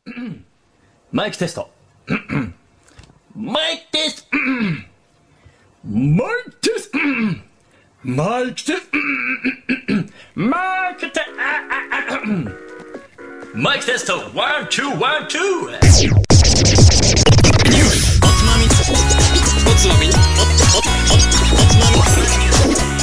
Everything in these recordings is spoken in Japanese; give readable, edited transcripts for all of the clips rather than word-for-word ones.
マイクテスト。マイクテスト。マイクテスト。マイクテスト。マイクテスト。マイクテスト。ワン、ツー、ワン、ツー。ニュース。おつまみ。おつまみ。おつまみ。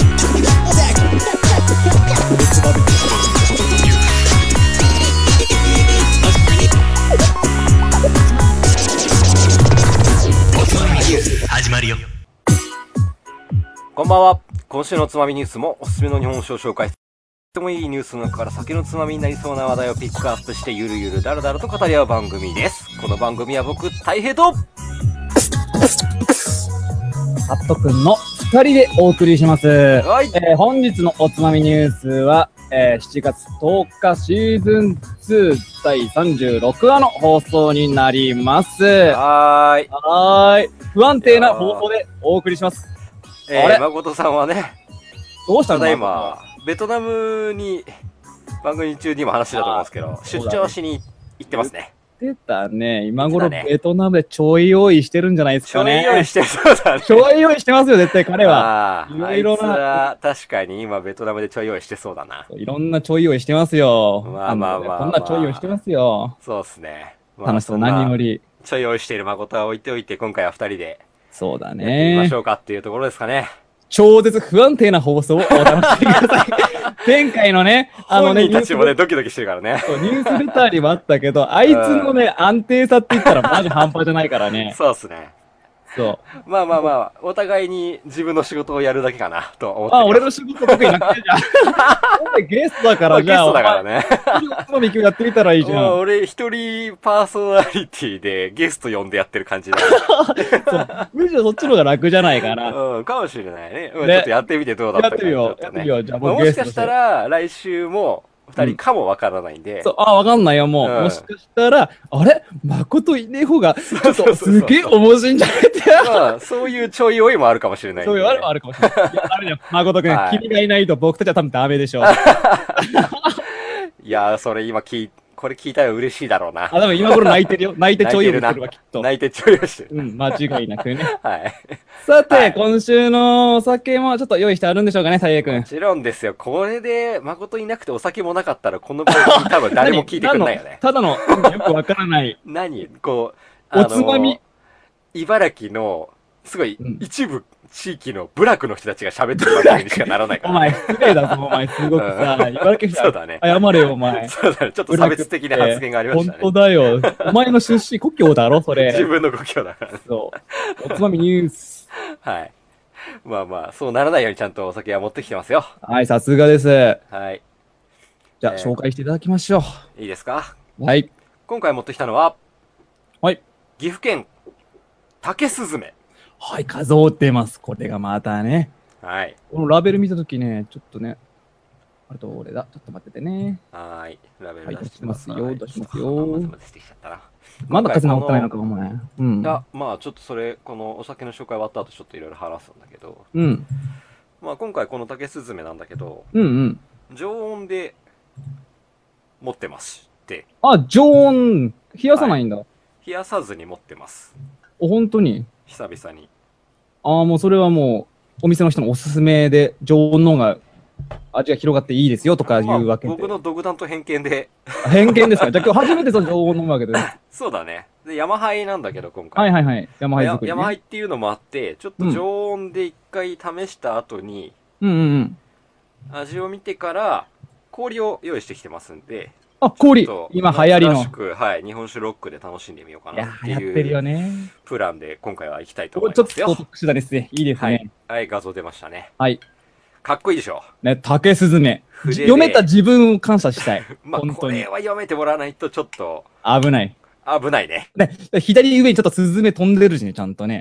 始まるよ。 こんばんは。今週のつまみニュースもおすすめの日本酒を紹介して、とてもいいニュースの中から酒のつまみになりそうな話題をピックアップしてゆるゆるだらだらと語り合う番組です。この番組は僕、たい平とハットくんの二人でお送りします。 はい、 本日のおつまみニュースは、7月10日シーズン2第36話の放送になります。 はーい。 不安定な放送でお送りします。あれ誠さんはね、 どうしたんだただいま、ベトナムに、番組中にも話してたと思うんですけど、出張しに行ってますね。 出たね。今頃ベトナムでちょい用意してるんじゃないですかね。 ちょい用意してるそうだね。 ちょい用意してますよ、絶対彼は。 あいつは確かに今ベトナムでちょい用意してそうだな。 いろんなちょい用意してますよ。 まあまあまあ。 こんなちょい用意してますよ。 そうですね。 楽しそう、何より。 ちょい用意している誠は置いておいて、今回は二人で。 そうだね。 やってみましょうかっていうところですかね。 超絶不安定な放送をお楽しみください。前回のね、 本人たちもね、ドキドキしてるからね。 ニュースレターにもあったけど、あいつのね、安定さって言ったらマジ半端じゃないからね。 そうっすね。 そう。 まあ、お互いに自分の仕事をやるだけかな、と思って。 俺の仕事特になくてじゃん。俺ゲストだからじゃあ。 ゲストだからね。 のミキやってみたらいいじゃん。 俺一人パーソナリティでゲスト呼んでやってる感じだ。 むしろそっちの方が楽じゃないかな。 うん、かもしれないね。ちょっとやってみてどうだったか。 やってみよう。じゃあもしかしたら、来週も、二人かもわからないんで。 そう、わかんないよ、もう。もしかしたら、あれ誠いねえ方が、ちょっとすげえ面白いんじゃないって。 そういうちょい酔いもあるかもしれない。 そういうあるかもしれない。あれだよ、誠くん、君がいないと僕たちは多分ダメでしょ。 いやそれ今これ聞いたら嬉しいだろうな。 でも今頃泣いてるよ。泣いてちょい酔いしてるわ、きっと。 泣いてちょい酔いしてる。 間違いなくね。 はい。 さて、今週のお酒もちょっと用意してあるんでしょうかね、たい平くん。 もちろんですよ。これで、誠いなくてお酒もなかったら、この番組多分誰も聞いてくれないよね。 ただの、よくわからない。 おつまみ。 茨城の、すごい、一部地域の部落の人たちが喋ってる番組にしかならないから。 お前、失礼だぞ、お前、すごくさ、茨城そうだね。 謝れよ、お前。 そうだね。ちょっと差別的な発言がありましたね。 本当だよ。お前の出身、故郷だろ、それ。 自分の故郷だから。 そう。おつまみニュース。 はい。まあ、そうならないようにちゃんとお酒は持ってきてますよ。 はい、さすがです。 はい。 じゃあ、紹介していただきましょう。いいですか？ はい。 今回持ってきたのは、 はい。 岐阜県、竹スズメ。 はい、数を出ます。これがまたね。 はい。 このラベル見たときね、ちょっとね、どれだ？ちょっと待っててね。 はい。ラベル出してますよ。出しますよ。 まだ数直ってないのか、お前。 うん。いや、まあちょっとこのお酒の紹介終わった後ちょっといろいろ話すんだけど。 うん。 まあ今回この竹スズメなんだけど、常温で持ってまして。 常温、冷やさないんだ。 冷やさずに持ってます。 本当に？ 久々に。 もうそれはもう、お店の人のおすすめで、常温の方が味が広がっていいですよとかいうわけで。 僕の独断と偏見で。 偏見ですか？じゃあ今日初めてその常温飲むわけで。 そうだね。で、ヤマハイなんだけど、今回。 はい。ヤマハイ作り、ね。 ヤマハイっていうのもあって、ちょっと常温で一回試した後に、味を見てから、氷を用意してきてますんで。 氷今流行りの。 はい。日本酒ロックで楽しんでみようかなっていう。 流行ってるよね。 プランで今回は行きたいと思いますよ。 ちょっと特殊だですね。いいですね。 はい、画像出ましたね。 はい。 かっこいいでしょ。 ね、竹スズメ。読めた自分を感謝したい。 まあ、これは読めてもらわないとちょっと。 危ない。 危ないね。 ね、左上にちょっとスズメ飛んでるしね、ちゃんとね。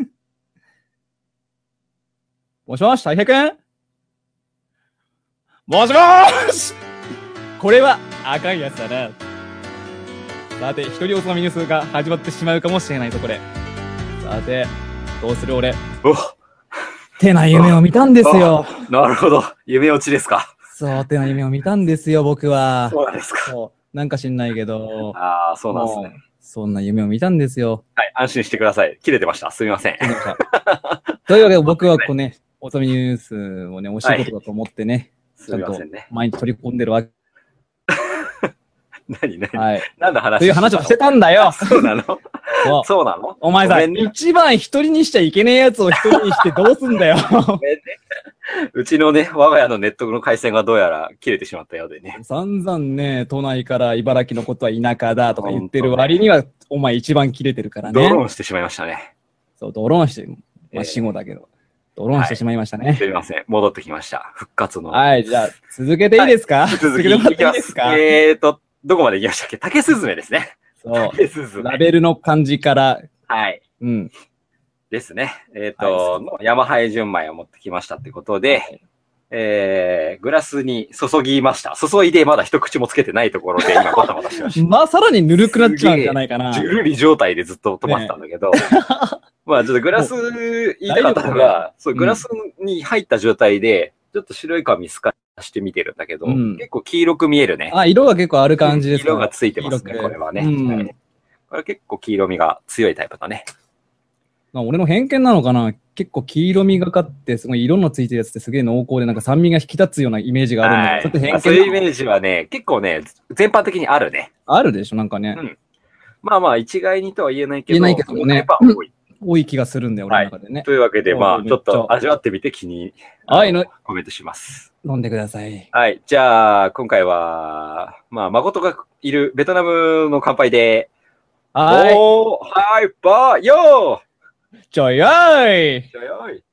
もしもし、たい平くん？もしもーしこれは、赤いやつだな。さて、一人おつまみニュースが始まってしまうかもしれないぞ、これ。さて、どうする俺。てな夢を見たんですよ。 なるほど。夢落ちですか。 そう、てな夢を見たんですよ、僕は。 そうなんですか。 なんか知んないけど、 ああ、そうなんですね。 もうそんな夢を見たんですよ。 はい、安心してください。切れてました。すみません。 というわけで僕はこうね、おつみニュースをね、お仕事だと思ってね、 すちゃんとみませんね。 毎日取り込んでるわけ。 何はい。 何の話という話をしてたんだよ。 そうなのそうそうなのお前さ、 ごめんね一番一人にしちゃいけねえやつを一人にしてどうすんだよ。 ごめんね。うちのね、我が家のネットの回線がどうやら切れてしまったようでね。 散々ね、都内から茨城のことは田舎だとか言ってる割には、お前一番切れてるからドロね。 ーンしてしまいましたね。 そう、ドローンして、まあ死後だけど、ドローンしてしまいましたね。 すみません。戻ってきました。復活の。 はい、じゃあ、続けていいですか、 続きけてもらっていきまいいですか。 どこまで行きましたっけ？竹スズメですね。 そう。 竹スズメ。 ラベルの感じから、 はい。 うん。 ですね。 は山ハイ純米を持ってきましたってことで、グラスに注ぎました。注いでまだ一口もつけてないところで今バタバタしてました。 まあ、さらにぬるくなっちゃうんじゃないかな。 ジュルリ状態でずっと止まってたんだけど、まあちょっとグラス言いたかったのが、そう、グラスに入った状態で、ちょっと白い紙透かして見てるんだけど、結構黄色く見えるね。 あ、色が結構ある感じですか。 色がついてますね、これはね。はい、これ結構黄色みが強いタイプだね。 まあ、俺の偏見なのかな、結構黄色みがかって、すごい色のついてるやつってすげえ濃厚で、なんか酸味が引き立つようなイメージがあるんだけど、 はい、そういうイメージはね、結構ね、全般的にあるね。 あるでしょ、なんかね。 うん。まあまあ、一概にとは言えないけど、 言えないけどもね、 やっぱ多い。 多い気がするんだよ、俺の中でね。 というわけで、まあ、ちょっと味わってみて気に、コメントします。 飲んでください。 はい。じゃあ、今回は、まあ、誠がいるベトナムの乾杯で、 はい。 ハイバーヨーちょいよいちょいよい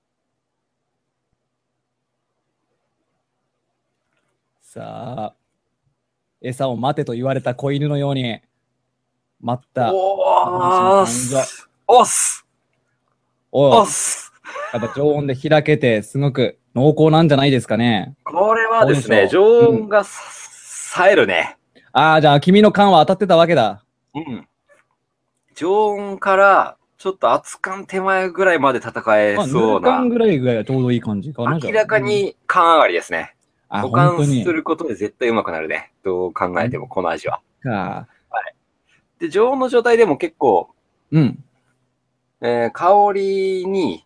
さあ、餌を待てと言われた子犬のように、待った。 おっすおっすおっすやっぱ常温で開けて、すごく濃厚なんじゃないですかね。 これはですね、常温が冴えるね。 ああ、じゃあ君の缶は当たってたわけだ。 うん。常温から、ちょっと熱燗手前ぐらいまで戦えそうな。 ぬる燗ぐらいがちょうどいい感じかな。 明らかに缶上がりですね。保管することで絶対うまくなるね。どう考えても、この味は。はい。で、常温の状態でも結構、香りに、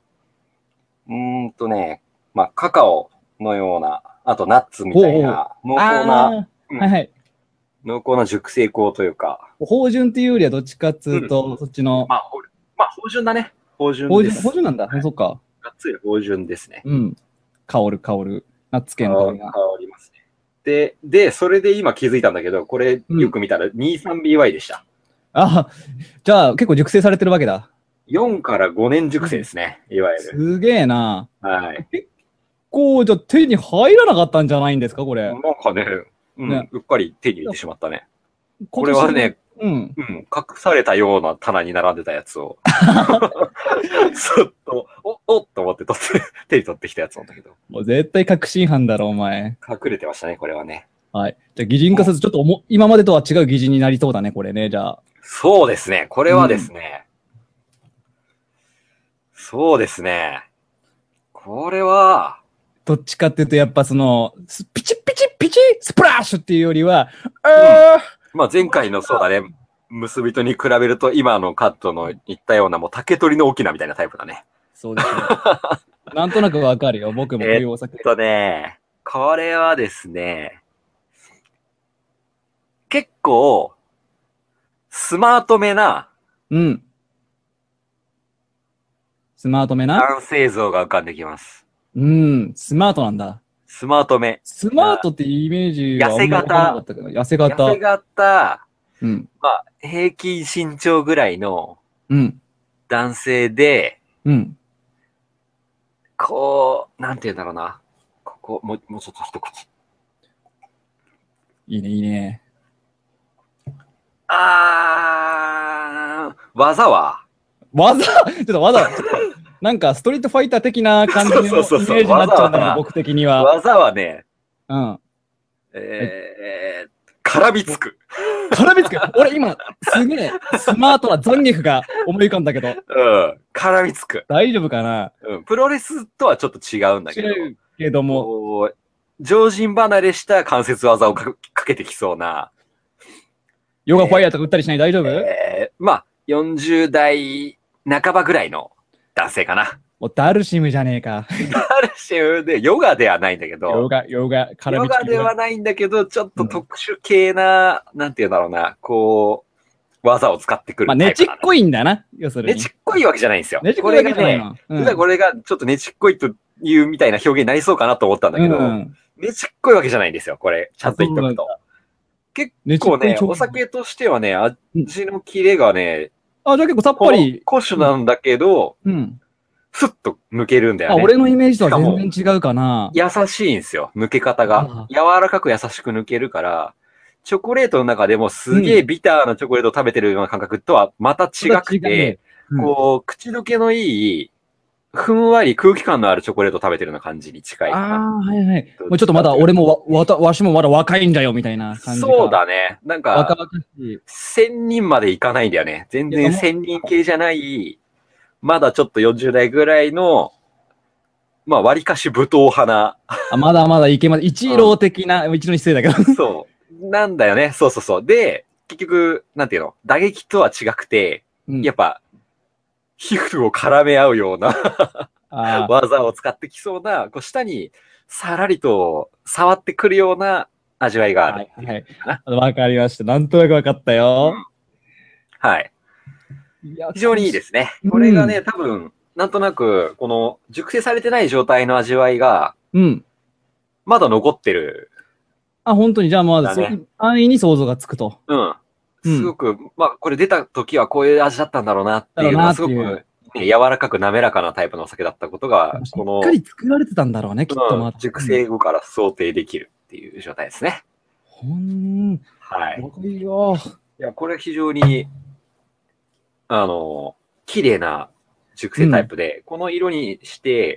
まあ、カカオのような、あとナッツみたいな、濃厚な、濃厚な熟成香というか。 芳醇っていうよりはどっちかっつうと、そっちの。 まあ、芳醇だね。芳醇です。 芳醇なんだ。そっか。 がっつり芳醇ですね。 香る。ナッツ系の香りが。 香りますね。で、それで今気づいたんだけど、これよく見たら 23BY でした。 あ、じゃあ結構熟成されてるわけだ。 4から5年熟成ですね。いわゆる。 すげえな。 はい。 結構、じゃあ手に入らなかったんじゃないんですか、これ。 なんかね、うっかり手に入れてしまったね。これはね、隠されたような棚に並んでたやつを、そっと、おっと思って手に取ってきたやつなんだけど。 もう絶対確信犯だろ、お前。 隠れてましたね、これはね。 はい。じゃあ擬人化せず、ちょっと今までとは違う擬人になりそうだね、これね、じゃあ。 そうですね、これはですね。そうですね。これは、 どっちかっていうと、やっぱその、ピチスプラッシュっていうよりは、 まあ前回のそうだね、結びとに比べると今のカットの言ったようなもう竹取の沖縄みたいなタイプだね。 そうですね。なんとなくわかるよ、僕もこういうお酒。 これはですね、結構、スマートめな、 スマートめな男性像が浮かんできます。 スマートなんだ。 スマートめ。 スマートってイメージは痩せ型。 痩せ型。 まあ、平均身長ぐらいの、男性で、こう、なんて言うんだろうな。ここ、もうちょっと一口。 いいね、いいね。 技はなんかストリートファイター的な感じのイメージになっちゃうんだけど、僕的には。 技はね、絡みつく。 絡みつく俺今、すげえ、スマートなザンギフが思い浮かんだけど。 絡みつく。 大丈夫かなプロレスとはちょっと違うんだけど。 違うけども。 常人離れした関節技をかけてきそうな。 ヨガファイヤーとか打ったりしない？大丈夫？ まあ、40代半ばぐらいの男性かな。 もうダルシムじゃねえか。 ダルシムで、ヨガではないんだけど。 ヨガではないんだけど、ちょっと特殊系な、なんていうんだろうな、こう、技を使ってくるタイプまあ、ねちっこいんだな、要するに。 ねちっこいわけじゃないんですよ。 ねちっこいわけじゃないの。 実はこれがちょっとねちっこいというみたいな表現になりそうかなと思ったんだけど、ねちっこいわけじゃないんですよ、これ。ちゃんと言っとくと。結構ね、お酒としてはね、味のキレがね、 じゃあ結構さっぱり。 古酒なんだけど、スッと抜けるんだよね。 俺のイメージとは全然違うかな。 優しいんですよ、抜け方が。柔らかく優しく抜けるから、チョコレートの中でもすげえビターなチョコレートを食べてるような感覚とはまた違くて、こう、口どけのいい、ふんわり空気感のあるチョコレートを食べてるような感じに近いかな。 はいはい。もうちょっとまだ俺もわしもまだ若いんだよみたいな感じ。 そうだね。なんか、1000人までいかないんだよね。全然1000人系じゃない、まだちょっと40代ぐらいの、まあ、割かし武闘派な。 まだまだいけます。一郎的な、一郎に失礼だけど。 そう。なんだよね。そうそうそう。で、結局、なんていうの、打撃とは違くて、やっぱ、皮膚を絡め合うような技を使ってきそうな、こう下にさらりと触ってくるような味わいがある。 はい。わかりました。なんとなくわかったよ。 はい。非常にいいですね。これがね、多分、なんとなく、この熟成されてない状態の味わいが、まだ残ってる。 本当に、じゃあまだ、安易に想像がつくと。 すごく、まあ、これ出た時はこういう味だったんだろうなっていうのがすごく、柔らかく滑らかなタイプのお酒だったことが、 この。しっかり作られてたんだろうね、きっとまだ。 熟成後から想定できるっていう状態ですね。はい。いや、これ非常に、綺麗な熟成タイプで、この色にして、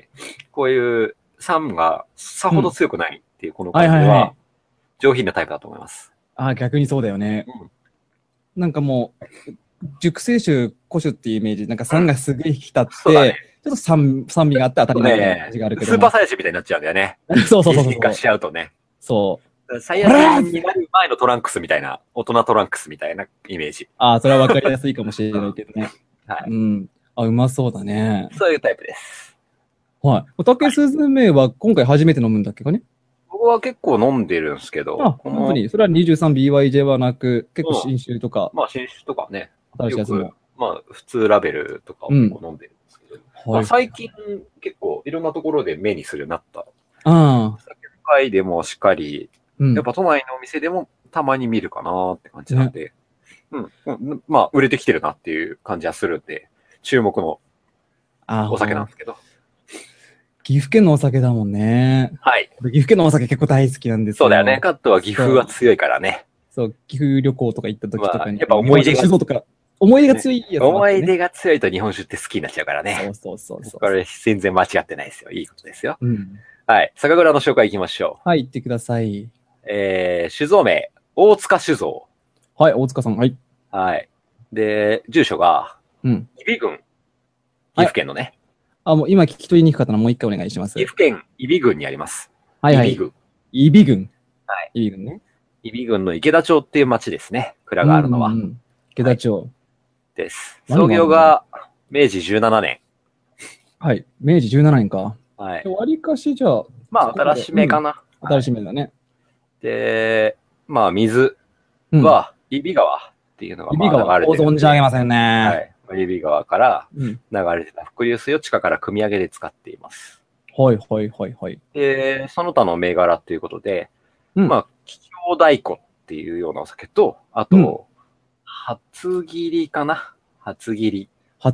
こういう酸がさほど強くないっていうこの感じは、上品なタイプだと思います。 逆にそうだよね。なんかもう、熟成酒、古酒っていうイメージ、なんか酸がすげえ引き立って、ちょっと酸味があって当たり前な味があるけど。 スーパーサイヤ人みたいになっちゃうんだよね。 そう。 変化しちゃうとね。 そう。 サイヤ人になる前のトランクスみたいな、大人トランクスみたいなイメージ。 それはわかりやすいかもしれないけどね。 はい。 うまそうだね。 そういうタイプです。 はい。お竹スズメは今回初めて飲むんだっけかね？ 僕は結構飲んでるんですけど。 本当に。それは 23BYJ はなく、結構新酒とか。 まあ新酒とかね。 新しいやつも。 まあ普通ラベルとかを飲んでるんですけど。最近結構いろんなところで目にするようになった。酒会でもしっかり、やっぱ都内のお店でもたまに見るかなって感じなんで。まあ売れてきてるなっていう感じはするんで、注目のお酒なんですけど。 岐阜県のお酒だもんね。 はい。 岐阜県のお酒結構大好きなんですよ。 そうだよね。カットは岐阜は強いからね。 そう、岐阜旅行とか行った時とかに。 やっぱ思い出が強いやつ、 思い出が強いと日本酒って好きになっちゃうからね。 そう。 これ全然間違ってないですよ。いいことですよ。はい。酒蔵の紹介いきましょう。はい、行ってください。 酒造名、大塚酒造。 はい、大塚さん。はい。 はい。で、住所が、揖斐郡。岐阜県のね。 もう今聞き取りにくかったのもう一回お願いします。 岐阜県揖斐郡にあります。 揖斐郡。揖斐郡。 はい。 揖斐郡ね。 揖斐郡の池田町っていう町ですね。蔵があるのは。 池田町。 です。創業が明治17年。 はい。明治17年か。 はい。 割かしじゃあ。 まあ、新しめかな。 新しめだね。 で、まあ、水は、揖斐川っていうのが流れてる。 存じ上げませんね。 はい。揖斐川から流れてた伏流水を地下から汲み上げで使っています。 はい。 で、その他の銘柄っていうことで、まあ、桔梗太鼓っていうようなお酒と、あと、初切かな。初切。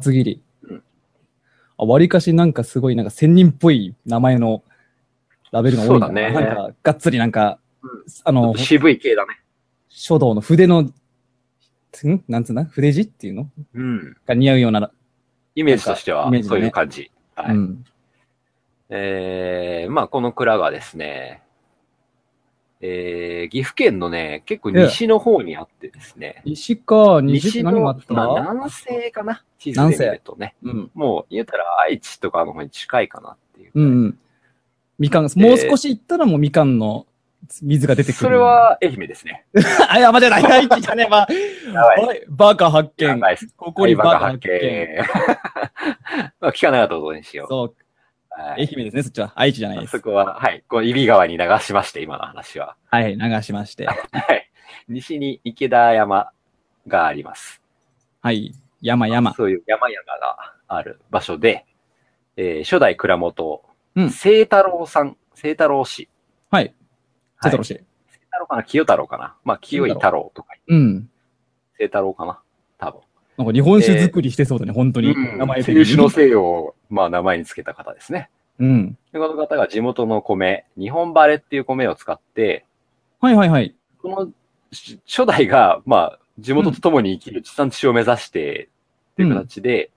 割かしなんかすごいなんか仙人っぽい名前のラベルが多い。 そうだね。 なんか、がっつりなんか、 渋い系だね。 書道の筆の、なんつうな筆字っていうのが似合うような。 イメージとしては、そういう感じ。はい。まあ、この蔵がですね、岐阜県のね、結構西の方にあってですね。 西の、 まあ、南西かな地図で見るとね。もう、言うたら愛知とかの方に近いかなっていう。 みかん、もう少し行ったらもうみかんの水が出てくる。 それは愛媛ですね。 あ、いや、間違えない。愛知じゃねえ、まあ。バカ発見。ここにバカ発見。 まあ、聞かなかったことにしよう。 そう。愛媛ですね、そっちは。愛知じゃないです。 そこは、はい。こう、揖斐川に流しまして、今の話は。 はい、流しまして。 はい。西に池田山があります。 はい。山。 そういう山々がある場所で、初代蔵元、清太郎さん、清太郎氏。 はい。清太郎氏。 清太郎かな清太郎かなまあ、清い太郎とか。清太郎かな多分。 なんか日本酒作りしてそうだね、本当に。 名前的に。清酒の姓を、まあ、名前につけた方ですね。 で、 この方が地元の米、日本バレっていう米を使って、 はい。 この初代が、まあ、地元と共に生きる地産地消を目指して、っていう形で、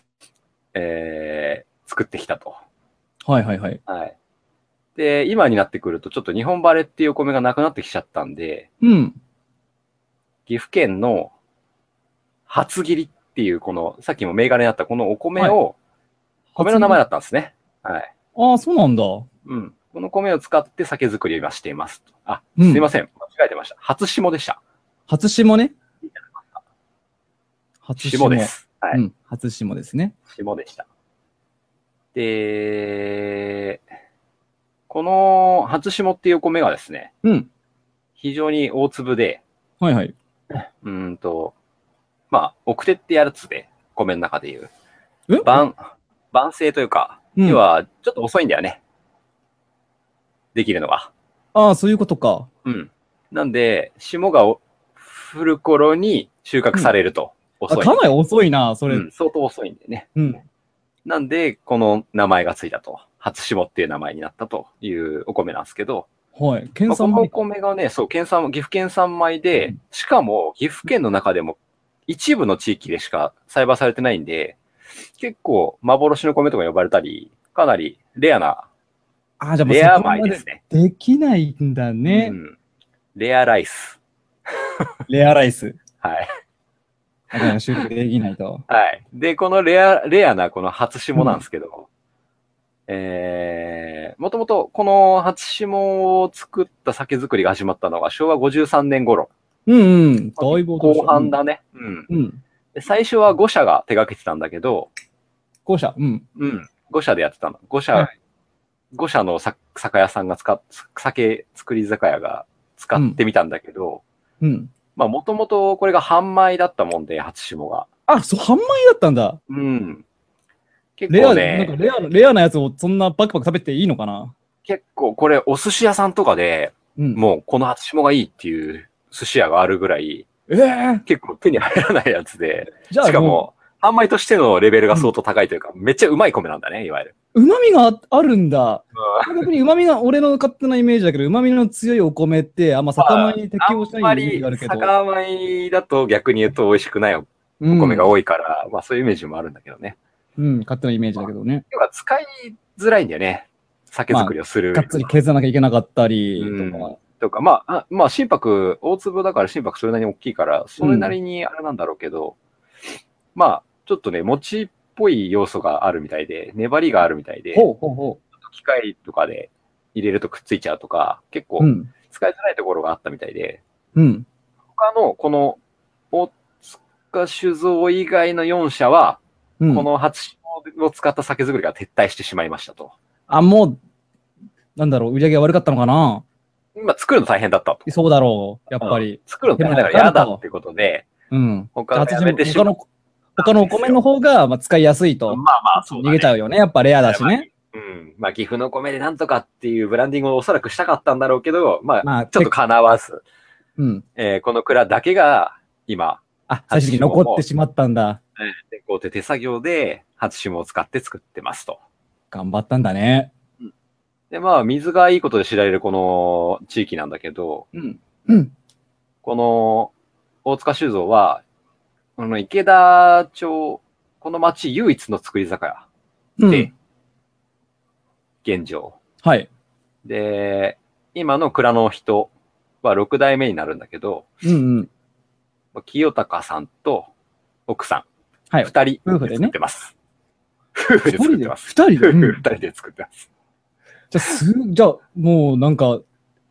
作ってきたと。 はい。 はい。で、今になってくると、ちょっと日本バレっていうお米がなくなってきちゃったんで、岐阜県の初切りっていう、この、さっきも銘柄にあったこのお米を、米の名前だったんですね。はい。 ああ、そうなんだ。 この米を使って酒造りを今していますと。あ、すいません。間違えてました。初霜でした。 初霜ね。 霜です。 はい。初霜ですね。 霜でした。で、この初霜っていうお米がですね、非常に大粒で、 はい。 まあ、奥手ってやつで、米の中で言う。晩成というか、要は、ちょっと遅いんだよね。できるのが。 ああ、そういうことか。 なんで、霜が降る頃に収穫されると。 遅い。かなり遅いな、それ。 相当遅いんでね。なんで、この名前がついたと。初霜っていう名前になったというお米なんですけど。 はい。 このお米がね、そう、岐阜県産米で、しかも岐阜県の中でも一部の地域でしか栽培されてないんで、結構幻の米とか呼ばれたり、かなりレアな、レア米ですね。 できないんだね。 レアライス。 レアライス。 はい。 だから収録できないと。 はい。で、このレアなこの初霜なんですけど、もともとこの初霜を作った酒造りが始まったのが昭和53年頃。 だいぶ後半だね。で最初は5社が手掛けてたんだけど、 5社 5社でやってたの。5社の酒屋さんが酒造り酒屋が使ってみたんだけど、まあもともとこれが半米だったもんで、初霜が。 あ、そう、半米だったんだ。 結構ね。 なんかレアなやつをそんなパクパク食べていいのかな？ 結構これお寿司屋さんとかで、もうこの初霜がいいっていう寿司屋があるぐらい、結構手に入らないやつで、しかも、半米としてのレベルが相当高いというか、めっちゃうまい米なんだね、いわゆる。 旨味があるんだ。逆に旨味が、俺の勝手なイメージだけど、旨味の強いお米って、酒米に適応しないイメージがあるけど。 酒米だと逆に言うと美味しくないお米が多いから、まあそういうイメージもあるんだけどね。 勝手なイメージだけどね。 要は使いづらいんだよね。酒造りをする。 がっつり削らなきゃいけなかったりとか。まあ心拍、大粒だから心拍それなりに大きいから、それなりにあれなんだろうけど、まあ、ちょっとね、餅っぽい要素があるみたいで、粘りがあるみたいで、機械とかで入れるとくっついちゃうとか、結構使いづらいところがあったみたいで、他のこの大塚酒造以外の4社は、この初霜を使った酒造りが撤退してしまいましたと。 もう、なんだろう、売り上げが悪かったのかな？ 今作るの大変だったと。 そうだろう、やっぱり。 作るの大変だから嫌だってことで、他のお米の方が使いやすいと。逃げちゃうよね。やっぱレアだしね。 まあ岐阜の米でなんとかっていうブランディングをおそらくしたかったんだろうけど、まあちょっと叶わず、この蔵だけが今、 最終的に残ってしまったんだ。 こう手作業で初霜を使って作ってますと。 頑張ったんだね。 で、まあ水がいいことで知られるこの地域なんだけど、この大塚酒造は、この池田町、この町唯一の造り酒屋で、現状。 はい。 で、今の蔵の人は6代目になるんだけど、清高さんと奥さん、2人で作ってます。夫婦で作ってます。 2人で 2人で作ってます。 じゃあ、もうなんか、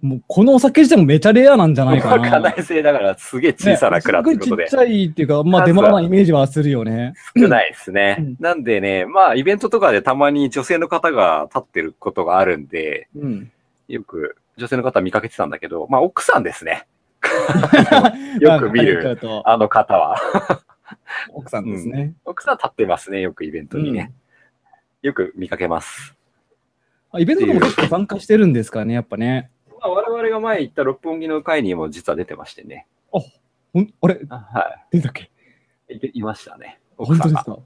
もうこのお酒自体もめちゃレアなんじゃないかな。 家内製だからすげえ小さな蔵ってことで。 すごいちっちゃいっていうか、まあ出回らないイメージはするよね。 少ないですね。なんでね、まあイベントとかでたまに女性の方が立ってることがあるんで、よく女性の方見かけてたんだけど、まあ奥さんですね。よく見る、あの方は。 奥さんですね、 奥さん立ってますね、よくイベントにね。よく見かけます。 イベントでも結構参加してるんですかね、やっぱね。 まあ、我々が前行った六本木の会にも実は出てましてね。 あれはい。 出たっけいましたね。 本当ですか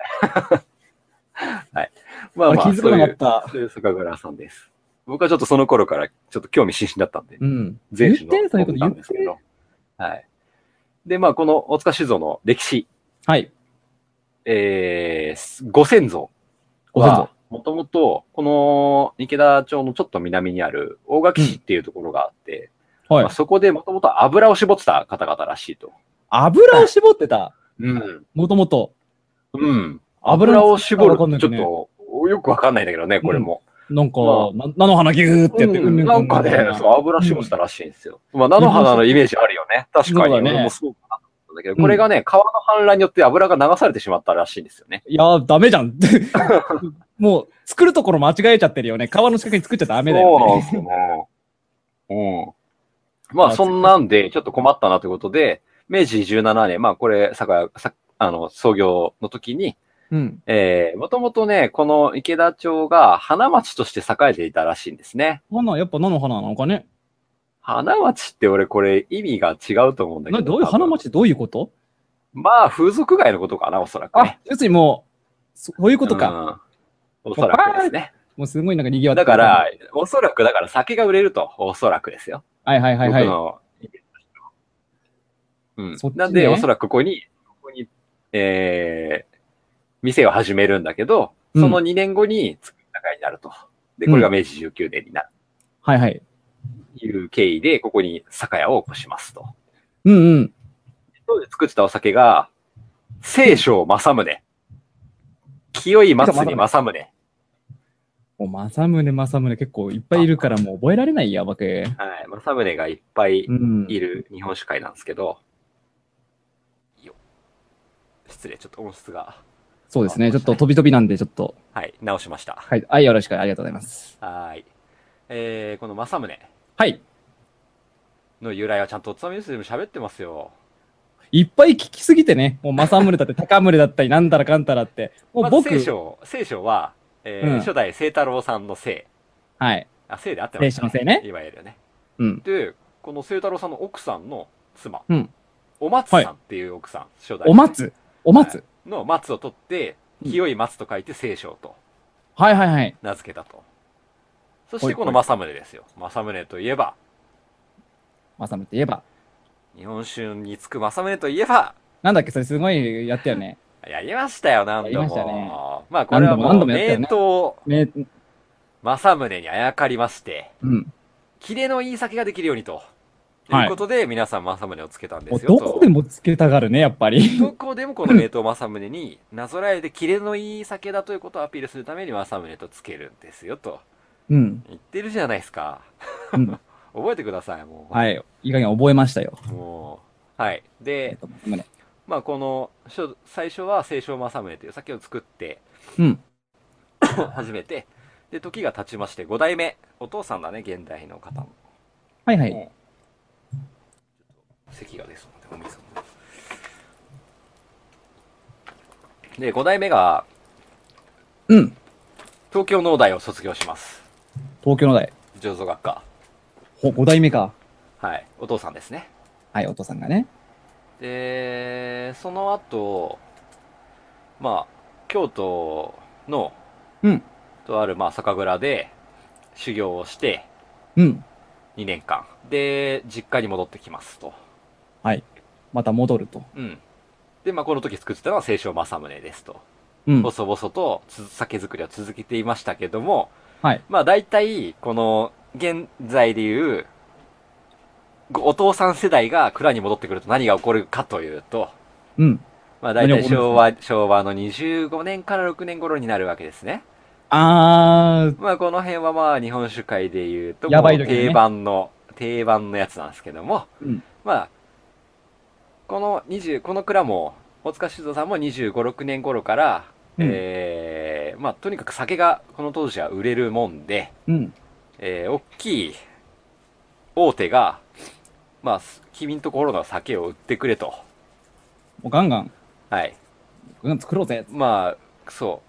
はい。まあまあ、 気づかなかった。 そういう酒蔵さんです。僕はちょっとその頃からちょっと興味津々だったんで。 全種のそういうこと言ですけど。はい。で、まあ、この大塚酒造の歴史。 はい。 ご先祖は、もともと、この池田町のちょっと南にある大垣市っていうところがあって、まあ、そこでもともと油を絞ってた方々らしいと。 油を絞ってたもともと。 油を絞るちょっと、よくわかんないんだけどね、これも。 なんか、菜の花ギューってやってなんかね、油絞ってたらしいんですよ。まあ、菜の花のイメージあるよね。確かに。俺もそうかなと思ったんだけど、これがね、川の氾濫によって油が流されてしまったらしいんですよね。 いやダメじゃん。もう、作るところ間違えちゃってるよね。川の近くに作っちゃダメだよね。 そうなんですよね。まあ、そんなんで、ちょっと困ったなということで、明治17年、まあ、これ、創業の時に、もともとね、この池田町が花町として栄えていたらしいんですね。 やっぱ菜の花なのかね。 花町って俺これ意味が違うと思うんだけど。 どういう花町ってどういうこと？ まあ、風俗街のことかな、おそらくね。 要するにもう、そういうことか。 おそらくですね。 もうすごいなんか賑わってだから、おそらくだから酒が売れると、おそらくですよ。 はい。 なんで、おそらくここに、店を始めるんだけど、その2年後に作った会になると。で、これが明治19年になる。いう経緯で、ここに酒屋を起こしますと。当時作ってたお酒が、清少正宗。清い松に正宗。 正宗結構いっぱいいるからもう覚えられないやばく。はい、 正宗がいっぱいいる日本酒会なんですけど、失礼、ちょっと音質が。 そうですね、ちょっと飛び飛びなんでちょっと。 はい、直しました。 はい、よろしくありがとうございます。 はい。この正宗。 はい。 の由来はちゃんとおつまみニュースでも喋ってますよ。 いっぱい聞きすぎてね。もう正宗だって高宗だったりなんだらかんたらって。もう僕。 清少は、初代清太郎さんの清。 はい。 清であってますね。 清少の清ね。 いわゆるね。 で、 この清太郎さんの奥さんの妻。お松さんっていう奥さん、初代。 お松の松を取って、清い松と書いて清少と。名付けたと。そしてこの正宗ですよ。正宗といえば。日本酒につく正宗といえば。 なんだっけ、それすごいやったよね。 やりましたよ、何度も。 やりましたね。 まあこれはもう名刀、正宗にあやかりまして、キレのいい酒ができるようにと。ということで、皆さん正宗をつけたんですよ。 どこでもつけたがるね、やっぱり。 どこでもこの名刀正宗になぞらえて、キレのいい酒だということをアピールするために正宗とつけるんですよ、と。言ってるじゃないですか。覚えてください、もう。 はい。いい加減覚えましたよ。 もう。はい。で、まあこの、最初は清少正宗という酒を作って、始めて、で、時が経ちまして、5代目。お父さんだね、現代の方の。席がですので、お水で、5代目が、東京農大を卒業します。 東京農大。 醸造学科。 5代目か。 はい。お父さんですね。 はい、お父さんがね。 で、その後、まあ、京都の、とある、まあ、酒蔵で修行をして、2年間。で、実家に戻ってきますと。 はい。また戻ると。 で、まあ、この時作ってたのは清少正宗ですと。細々と酒造りを続けていましたけども、まあ、大体、この、現在でいう、お父さん世代が蔵に戻ってくると何が起こるかというと、まあ大体昭和の25年から6年頃になるわけですね。 まあこの辺はまあ日本酒界で言うと、 やばい時ね、 定番のやつなんですけども、まあ、この蔵も、大塚酒造さんも25、6年頃から、まあとにかく酒がこの当時は売れるもんで、大きい大手が、まあ、君んところの酒を売ってくれと。 もうガンガン。 はい。 ガンガン作ろうぜ。 まあ、そう。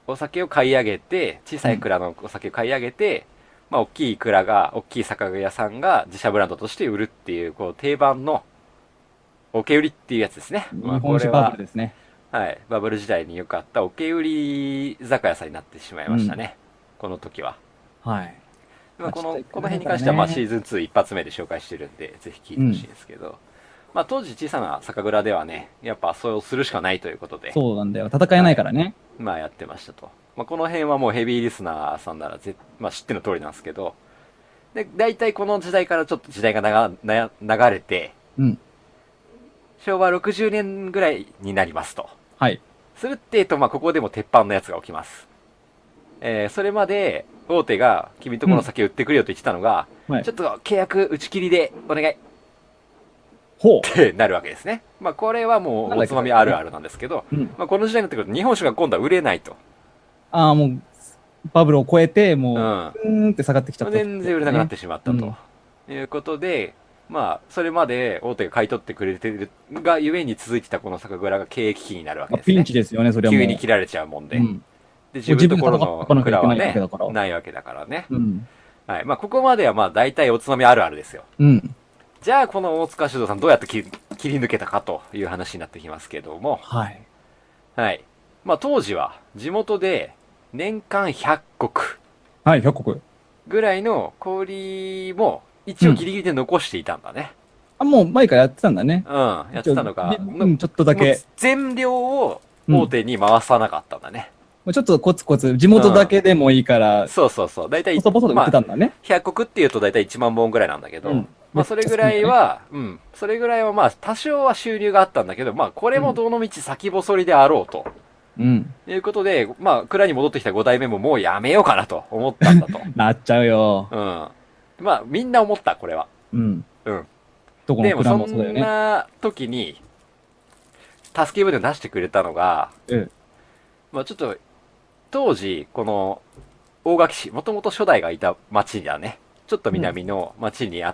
お酒を買い上げて、小さい蔵のお酒を買い上げて、まあ、大きい酒屋さんが自社ブランドとして売るっていう、こう、定番の、桶売りっていうやつですね。 日本酒バブルですね。 はい。バブル時代によくあった桶売り酒屋さんになってしまいましたね。この時は。 はい。 まあ、この辺に関しては、まあ、シーズン2一発目で紹介してるんで、ぜひ聞いてほしいんですけど、まあ、当時小さな酒蔵ではね、やっぱそうするしかないということで。 そうなんだよ。戦えないからね。 まあ、やってましたと。まあ、この辺はもうヘビーリスナーさんならまあ、知っての通りなんですけど、で、大体この時代からちょっと時代が流れて、昭和60年ぐらいになりますと。 はい。 するってと、まあ、ここでも鉄板のやつが起きます。それまで、大手が君とこの酒売ってくれよと言ってたのが、ちょっと契約打ち切りでお願い。ってなるわけですね。まあこれはもうおつまみあるあるなんですけど、まあこの時代になってくると日本酒が今度は売れないと。 もう、バブルを超えて、もう、って下がってきちゃった、 全然売れなくなってしまったと。いうことで、まあそれまで大手が買い取ってくれてるがゆえに続いてたこの酒蔵が経営危機になるわけですね。 ピンチですよね、それはもう。 急に切られちゃうもんで。で、自分のところの蔵はね、ないわけだからね。はい。まあ、ここまではまあ、大体おつまみあるあるですよ。じゃあ、この大塚酒造さんどうやって切り抜けたかという話になってきますけども。 はい。 はい。まあ、当時は、地元で、年間100石。 はい、100石。 ぐらいの氷も、一応ギリギリで残していたんだね。 もう前からやってたんだね。 やってたのが、 ちょっとだけ。 全量を大手に回さなかったんだね。 ちょっとコツコツ、地元だけでもいいから。 そうそうそう。だいたい、 ボソボソで売ってたんだね。 100石っていうとだいたい1万本ぐらいなんだけど、まあそれぐらいは、それぐらいはまあ多少は収入があったんだけど、まあこれもどのみち先細りであろうと。いうことで、まあ蔵に戻ってきた5代目ももうやめようかなと思ったんだと。 なっちゃうよ。 まあみんな思った、これは。でもそんな時に、助け舟を出してくれたのが、まあちょっと、当時、この、大垣市、もともと初代がいた町だね。ちょっと南の町にあった、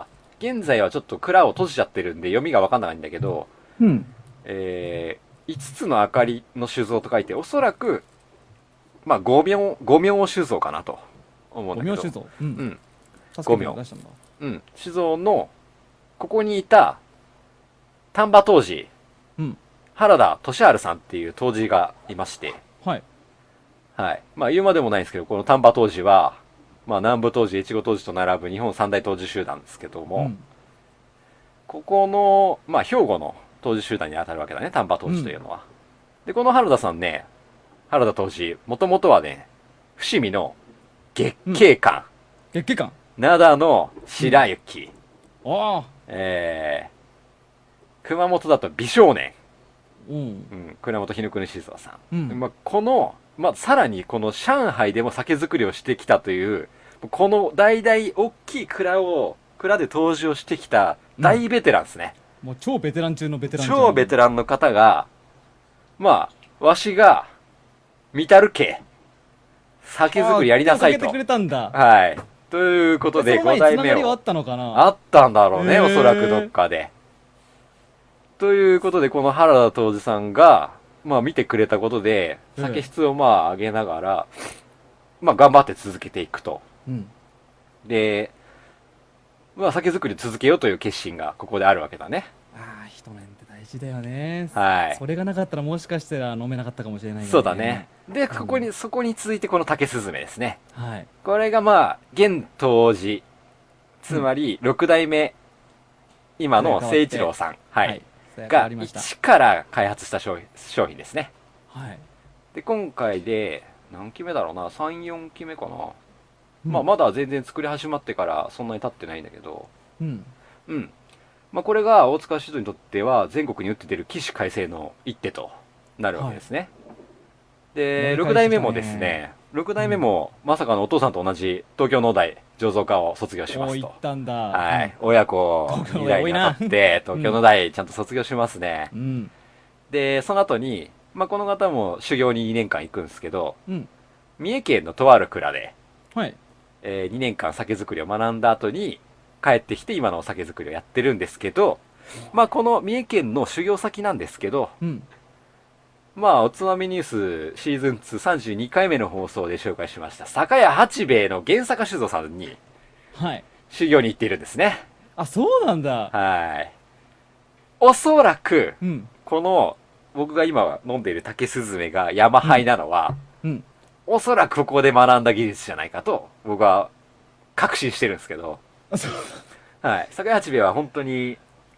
現在はちょっと蔵を閉じちゃってるんで読みがわかんないんだけど、5つの明かりの酒造と書いて、おそらく、まあ、五明酒造かなと思うんだけど。 五明酒造五明。酒造の、ここにいた、丹波杜氏、原田俊治さんっていう杜氏がいまして、はい。まあ言うまでもないんですけど、この丹波杜氏は、まあ南部杜氏、越後杜氏と並ぶ日本三大杜氏集団ですけども、ここの、まあ兵庫の杜氏集団に当たるわけだね、丹波杜氏というのは。で、この原田さんね、原田杜氏、もともとはね、伏見の月桂館。 月桂館灘の白雪。熊本だと美少年。倉本日野国静蔵さん。まあ、この、まあ、さらにこの上海でも酒造りをしてきたという、この大々大きい蔵で登場してきた大ベテランですね。 もう超ベテラン中のベテラン。 超ベテランの方が、まあ、わしが、見たるけ、酒造りやりなさいと。 てくれたんだ。 はい。ということで、5代目を。 あったのかな？ あったんだろうね、おそらくどっかで。ということで、この原田杜氏さんが、まあ見てくれたことで、酒質をまあ上げながら、まあ頑張って続けていくと。で、まあ酒造り続けようという決心がここであるわけだね。 一年って大事だよね。 はい。 それがなかったらもしかしたら飲めなかったかもしれない、 そうだね。で、そこに続いてこの竹スズメですね。 はい。 これがまあ、現杜氏、つまり6代目、今の誠一郎さん。はい。が一から開発した商品ですね。はい。で、今回で、何期目だろうな、3、4期目かな。まあ、まだ全然作り始まってからそんなに経ってないんだけど、まあ、これが大塚酒造にとっては全国に打って出る起死回生の一手となるわけですね。 で、6代目もですね、6代目も、まさかのお父さんと同じ東京農大醸造科を卒業しますと。 行ったんだ。 はい。親子2代にわたって、東京農大ちゃんと卒業しますね。で、その後に、まあ、この方も修行に2年間行くんですけど、三重県のとある蔵で、2年間酒造りを学んだ後に、帰ってきて今のお酒造りをやってるんですけど、まあ、この三重県の修行先なんですけど、まあ、おつまみニュースシーズン2 32回目の放送で紹介しました、酒屋八兵衛の原坂酒造さんに、修行に行っているんですね。 あ、そうなんだ。 はい。おそらく、この、僕が今飲んでいる竹スズメが山ハイなのは、おそらくここで学んだ技術じゃないかと、僕は確信してるんですけど、はい。酒屋八兵衛は本当に、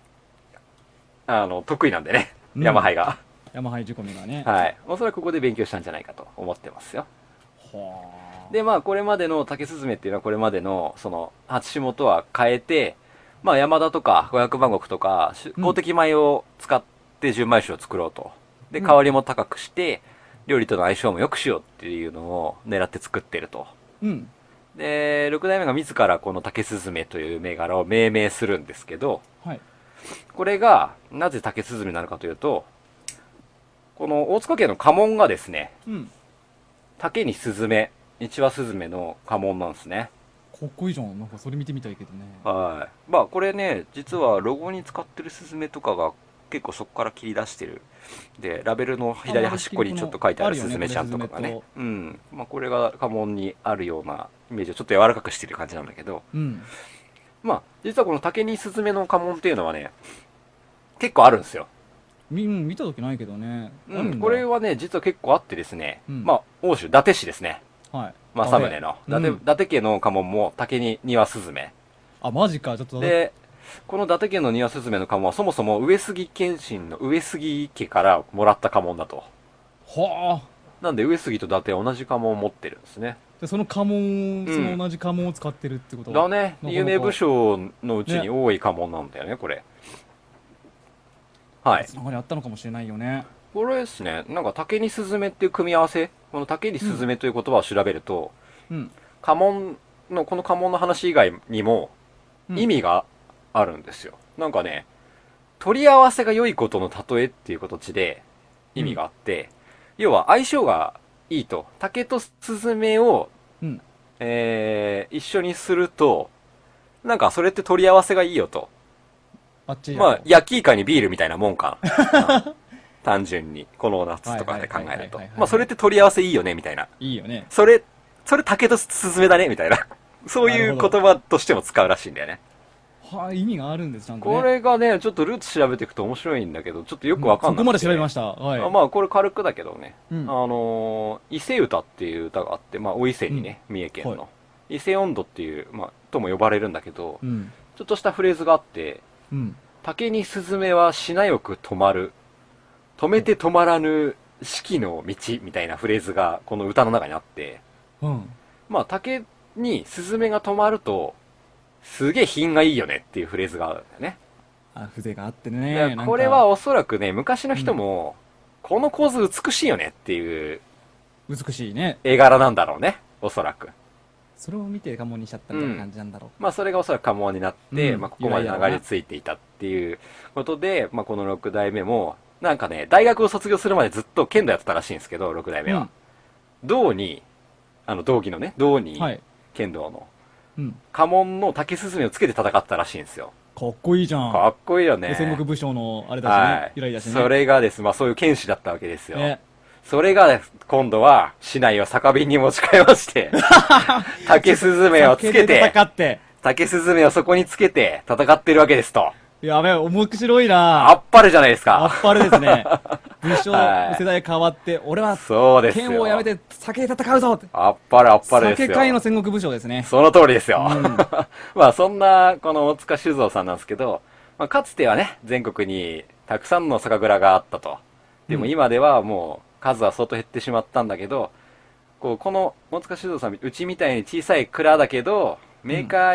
得意なんでね、山ハイが。 山ハイ仕込みがね。 はい。おそらくここで勉強したんじゃないかと思ってますよ。で、まあ、これまでの竹スズメっていうのはこれまでの、その、初霜とは変えて、まあ、山田とか500万石とか、公的米を使って純米酒を作ろうと。で、香りも高くして、料理との相性も良くしようっていうのを狙って作ってると。で、6代目が自らこの竹スズメという銘柄を命名するんですけど、これが、なぜ竹スズメなのかというと、この大塚家の家紋がですね、竹にスズメ、一羽スズメの家紋なんですね。 かっこいいじゃん。なんかそれ見てみたいけどね。 はい。まあこれね、実はロゴに使ってるスズメとかが結構そこから切り出してる。で、ラベルの左端っこにちょっと書いてあるスズメちゃんとかがね。まあこれが家紋にあるようなイメージをちょっと柔らかくしてる感じなんだけど、まあ実はこの竹にスズメの家紋っていうのはね、結構あるんですよ。 見た時ないけどね。 これはね、実は結構あってですね、まあ、欧州、伊達市ですね。政宗の。伊達家の家紋も竹に庭スズメ。 あ、マジか、ちょっと。 で、この伊達家の庭スズメの家紋はそもそも上杉謙信の上杉家からもらった家紋だと。なんで上杉と伊達は同じ家紋を持ってるんですね。 で、その家紋、その同じ家紋を使ってるってことだね。有名武将のうちに多い家紋なんだよね、これ。はい。 つながりあったのかもしれないよね。 これですね、なんか竹にスズメっていう組み合わせ、この竹にスズメという言葉を調べると、家紋の、この家紋の話以外にも意味があるんですよ。なんかね、取り合わせが良いことの例えっていう形で意味があって、要は相性がいいと。竹とスズメを、一緒にすると、なんかそれって取り合わせがいいよと。まあ、焼きイカにビールみたいなもんか。単純に。この夏とかで考えると。まあ、それって取り合わせいいよね、みたいな。 いいよね。 それ竹とスズメだね、みたいな。そういう言葉としても使うらしいんだよね。 意味があるんです、ちゃんと、ね。 これがね、ちょっとルーツ調べていくと面白いんだけど、ちょっとよくわかんない、 そこまで調べました。はい。 まあ、これ軽くだけどね。伊勢歌っていう歌があって、まあ、お伊勢にね、三重県の。伊勢音頭っていう、まあ、とも呼ばれるんだけど、ちょっとしたフレーズがあって、竹にスズメはしなよく止まる。止めて止まらぬ四季の道みたいなフレーズがこの歌の中にあって、まあ竹にスズメが止まると、すげえ品がいいよねっていうフレーズがあるんだよね。 風情があってね。 これはおそらくね、昔の人も、この構図美しいよねっていう、 美しいね。 絵柄なんだろうね、おそらく。 それを見て家紋にしちゃったみたいな感じなんだろう。 まあそれがおそらく家紋になって、まあここまで流れ着いていたっていうことで、まあこの6代目も、なんかね、大学を卒業するまでずっと剣道やってたらしいんですけど、6代目は。道に、道着のね、道に、剣道の、家紋の竹スズメをつけて戦ったらしいんですよ。 かっこいいじゃん。 かっこいいよね。 戦国武将のあれだしね、由来だしね。 それがです、まあそういう剣士だったわけですよ。それが、今度は、市内を酒瓶に持ち替えまして、竹スズメをつけて、竹スズメをそこにつけて戦ってるわけですと。 やべえ、面白いなあっぱれじゃないですか。 あっぱれですね。武将世代変わって、俺は、剣をやめて酒で戦うぞって。 あっぱれあっぱれですよ。 酒界の戦国武将ですね。 その通りですよ。まあそんな、この大塚酒造さんなんですけど、まあかつてはね、全国にたくさんの酒蔵があったと。でも今ではもう、数は相当減ってしまったんだけど、この大塚酒造さん、うちみたいに小さい蔵だけど、メーカ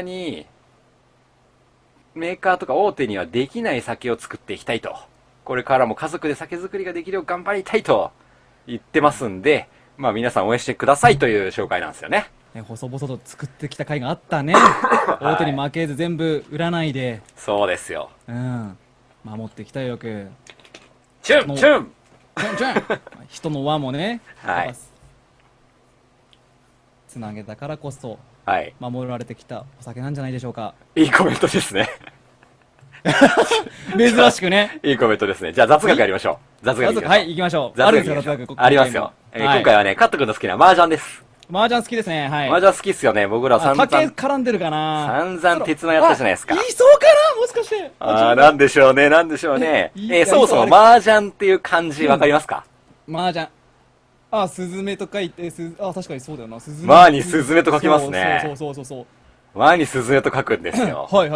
ーとか大手にはできない酒を作っていきたいと。これからも家族で酒造りができるよう頑張りたいと言ってますんで、まあ皆さん応援してくださいという紹介なんですよね。 細々と作ってきた回があったね。大手に負けず全部売らないで。 そうですよ。 うん。守ってきたよく。 チュンチュン人の輪もね、 はい。 つなげたからこそ、 はい。 守られてきたお酒なんじゃないでしょうか。 いいコメントですね。 珍しくね。 いいコメントですね。じゃあ雑学やりましょう。雑学はい、行きましょう。 あるんですよ、雑学。ありますよ。今回はね、カット君の好きな麻雀です。 麻雀好きですね、はい。 麻雀好きっすよね、僕ら散々。 竹絡んでるかな。 散々鉄のやったじゃないですか。 いそうかなもしかして。 なんでしょうね、なんでしょうね。そもそも麻雀っていう漢字わかりますか？ 麻雀。スズメと書いて、確かにそうだよな、 スズメ。マーにスズメと書きますね。 そう。 マーにスズメと書くんですよ。 はい。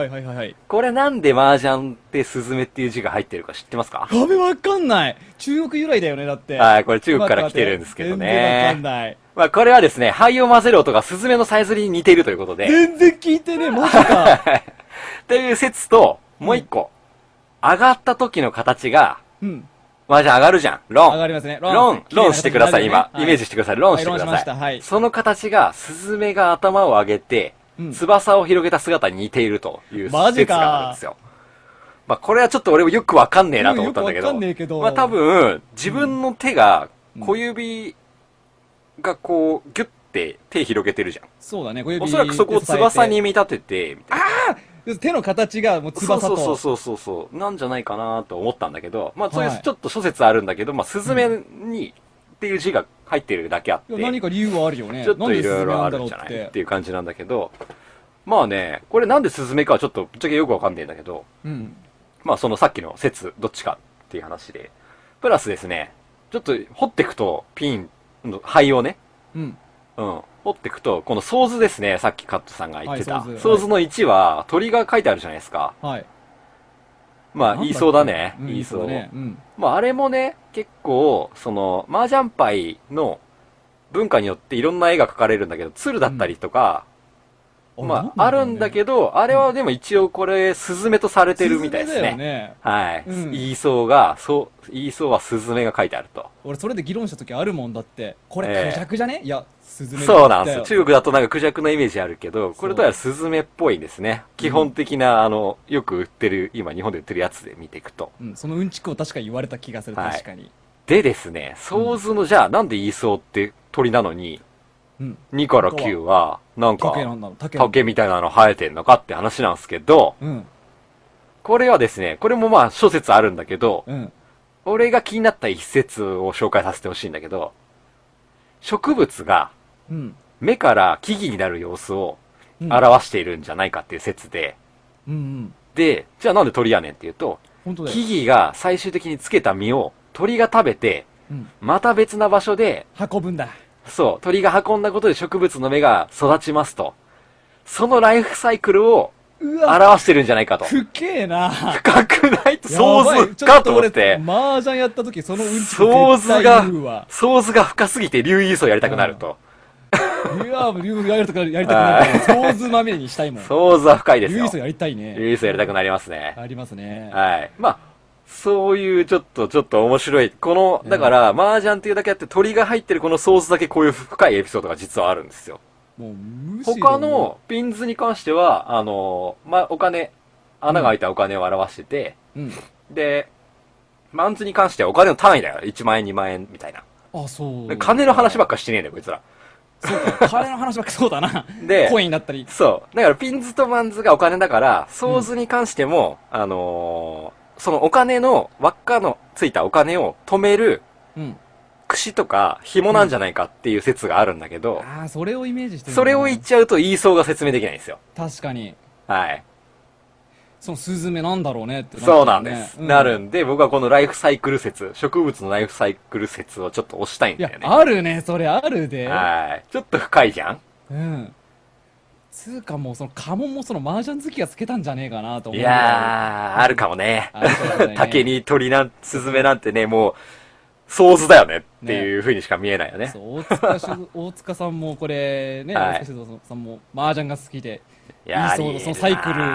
これなんで麻雀ってスズメっていう字が入ってるか知ってますか？ わかんない。中国由来だよね、だって。 はい、これ中国から来てるんですけどね。 全然わかんない。 まあこれはですね、灰を混ぜる音がスズメのさえずりに似ているということで。 全然聞いてね、マジか。 っていう説と、もう一個。上がった時の形が、麻雀上がるじゃん。ロン。 上がりますね。 ロンしてください、今。イメージしてください。ロンしてください。その形が、スズメが頭を上げて、翼を広げた姿に似ているという説があるんですよ。まあこれはちょっと俺もよくわかんねえなと思ったんだけど、まあ多分、自分の手が、小指がこう、ギュッて手広げてるじゃん。 そうだね、小指。 おそらくそこを翼に見立てて、みたいな。 手の形がもう翼と。 そう。なんじゃないかなと思ったんだけど、まあそういうちょっと諸説あるんだけど、まあスズメにっていう字が入ってるだけあって。 何か理由はあるよね。 ちょっといろいろあるんじゃないっていう感じなんだけど、まあね、これなんでスズメかはちょっとぶっちゃけよくわかんねえんだけど、まあそのさっきの説、どっちかっていう話で、プラスですね、ちょっと掘っていくとピンの灰をね、掘っていくと、このソーズですね、さっきカットさんが言ってた。ソーズの1は鳥が書いてあるじゃないですか。 はい。 まあ、言いそうだね。言いそう。まあ、あれもね、結構、その、麻雀牌の文化によっていろんな絵が描かれるんだけど、鶴だったりとか、まあ、あるんだけど、あれはでも一応これ、スズメとされてるみたいですね。はい。言いそうはスズメが書いてあると。 俺、それで議論した時あるもんだって、これ、クジャクじゃね？いや、スズメそうなんですよ。中国だとなんかクジャクのイメージあるけど、これとはスズメっぽいんですね。基本的な、よく売ってる、今日本で売ってるやつで見ていくと。 そのうんちくを確か言われた気がする、確かに。 でですね、ソーズの、じゃあ、なんで言いそうって鳥なのに、2から9は、なんか、竹みたいなの生えてんのかって話なんですけど、これはですね、これもまあ諸説あるんだけど、俺が気になった一説を紹介させてほしいんだけど、植物が、目から木々になる様子を表しているんじゃないかっていう説で、で、じゃあなんで鳥やねんっていうと、木々が最終的につけた実を鳥が食べて、また別な場所で、 運ぶんだ。 そう、鳥が運んだことで植物の芽が育ちますと。そのライフサイクルを表してるんじゃないかと。 深えな。 深くないと、ソーズかと思って。 麻雀やった時そのうんちソーズが深すぎて竜イーソーやりたくなると。 いや、竜やりたくなる。ソーズまみれにしたいもん。 ソーズは深いですよ。 竜イーソーやりたいね。 竜イーソーやりたくなりますね。 ありますね。 はい。まあ、そういうちょっと面白い。この、だから、麻雀っていうだけあって鳥が入ってるこのソースだけこういう深いエピソードが実はあるんですよ。 もう他のピンズに関しては、まあ、お金、穴が開いたお金を表してて、で、マンズに関してはお金の単位だよ。1万円、2万円みたいな。 あ、そう。 金の話ばっかしてねえんだよ、こいつら。 そうか、金の話ばっかそうだな。で、コインだったり。 そう。だからピンズとマンズがお金だから、ソーズに関しても、そのお金の、輪っかのついたお金を止める、櫛とか紐なんじゃないかっていう説があるんだけど、 それをイメージしてる。 それを言っちゃうと言いそうが説明できないんですよ。 確かに。 はい。 そのスズメなんだろうねって、 そうなんです。なるんで、僕はこのライフサイクル説、植物のライフサイクル説をちょっと押したいんだよね。 いや、あるね、それあるで。 はい。ちょっと深いじゃん。つうかもうその家紋もその麻雀好きがつけたんじゃねえかなと思う。 いやー、あるかもね。竹に鳥スズメなんてね、もう、ソーズだよねっていう風にしか見えないよね。 そう、大塚さんもこれね、大塚静雄さんも麻雀が好きで、そのサイクル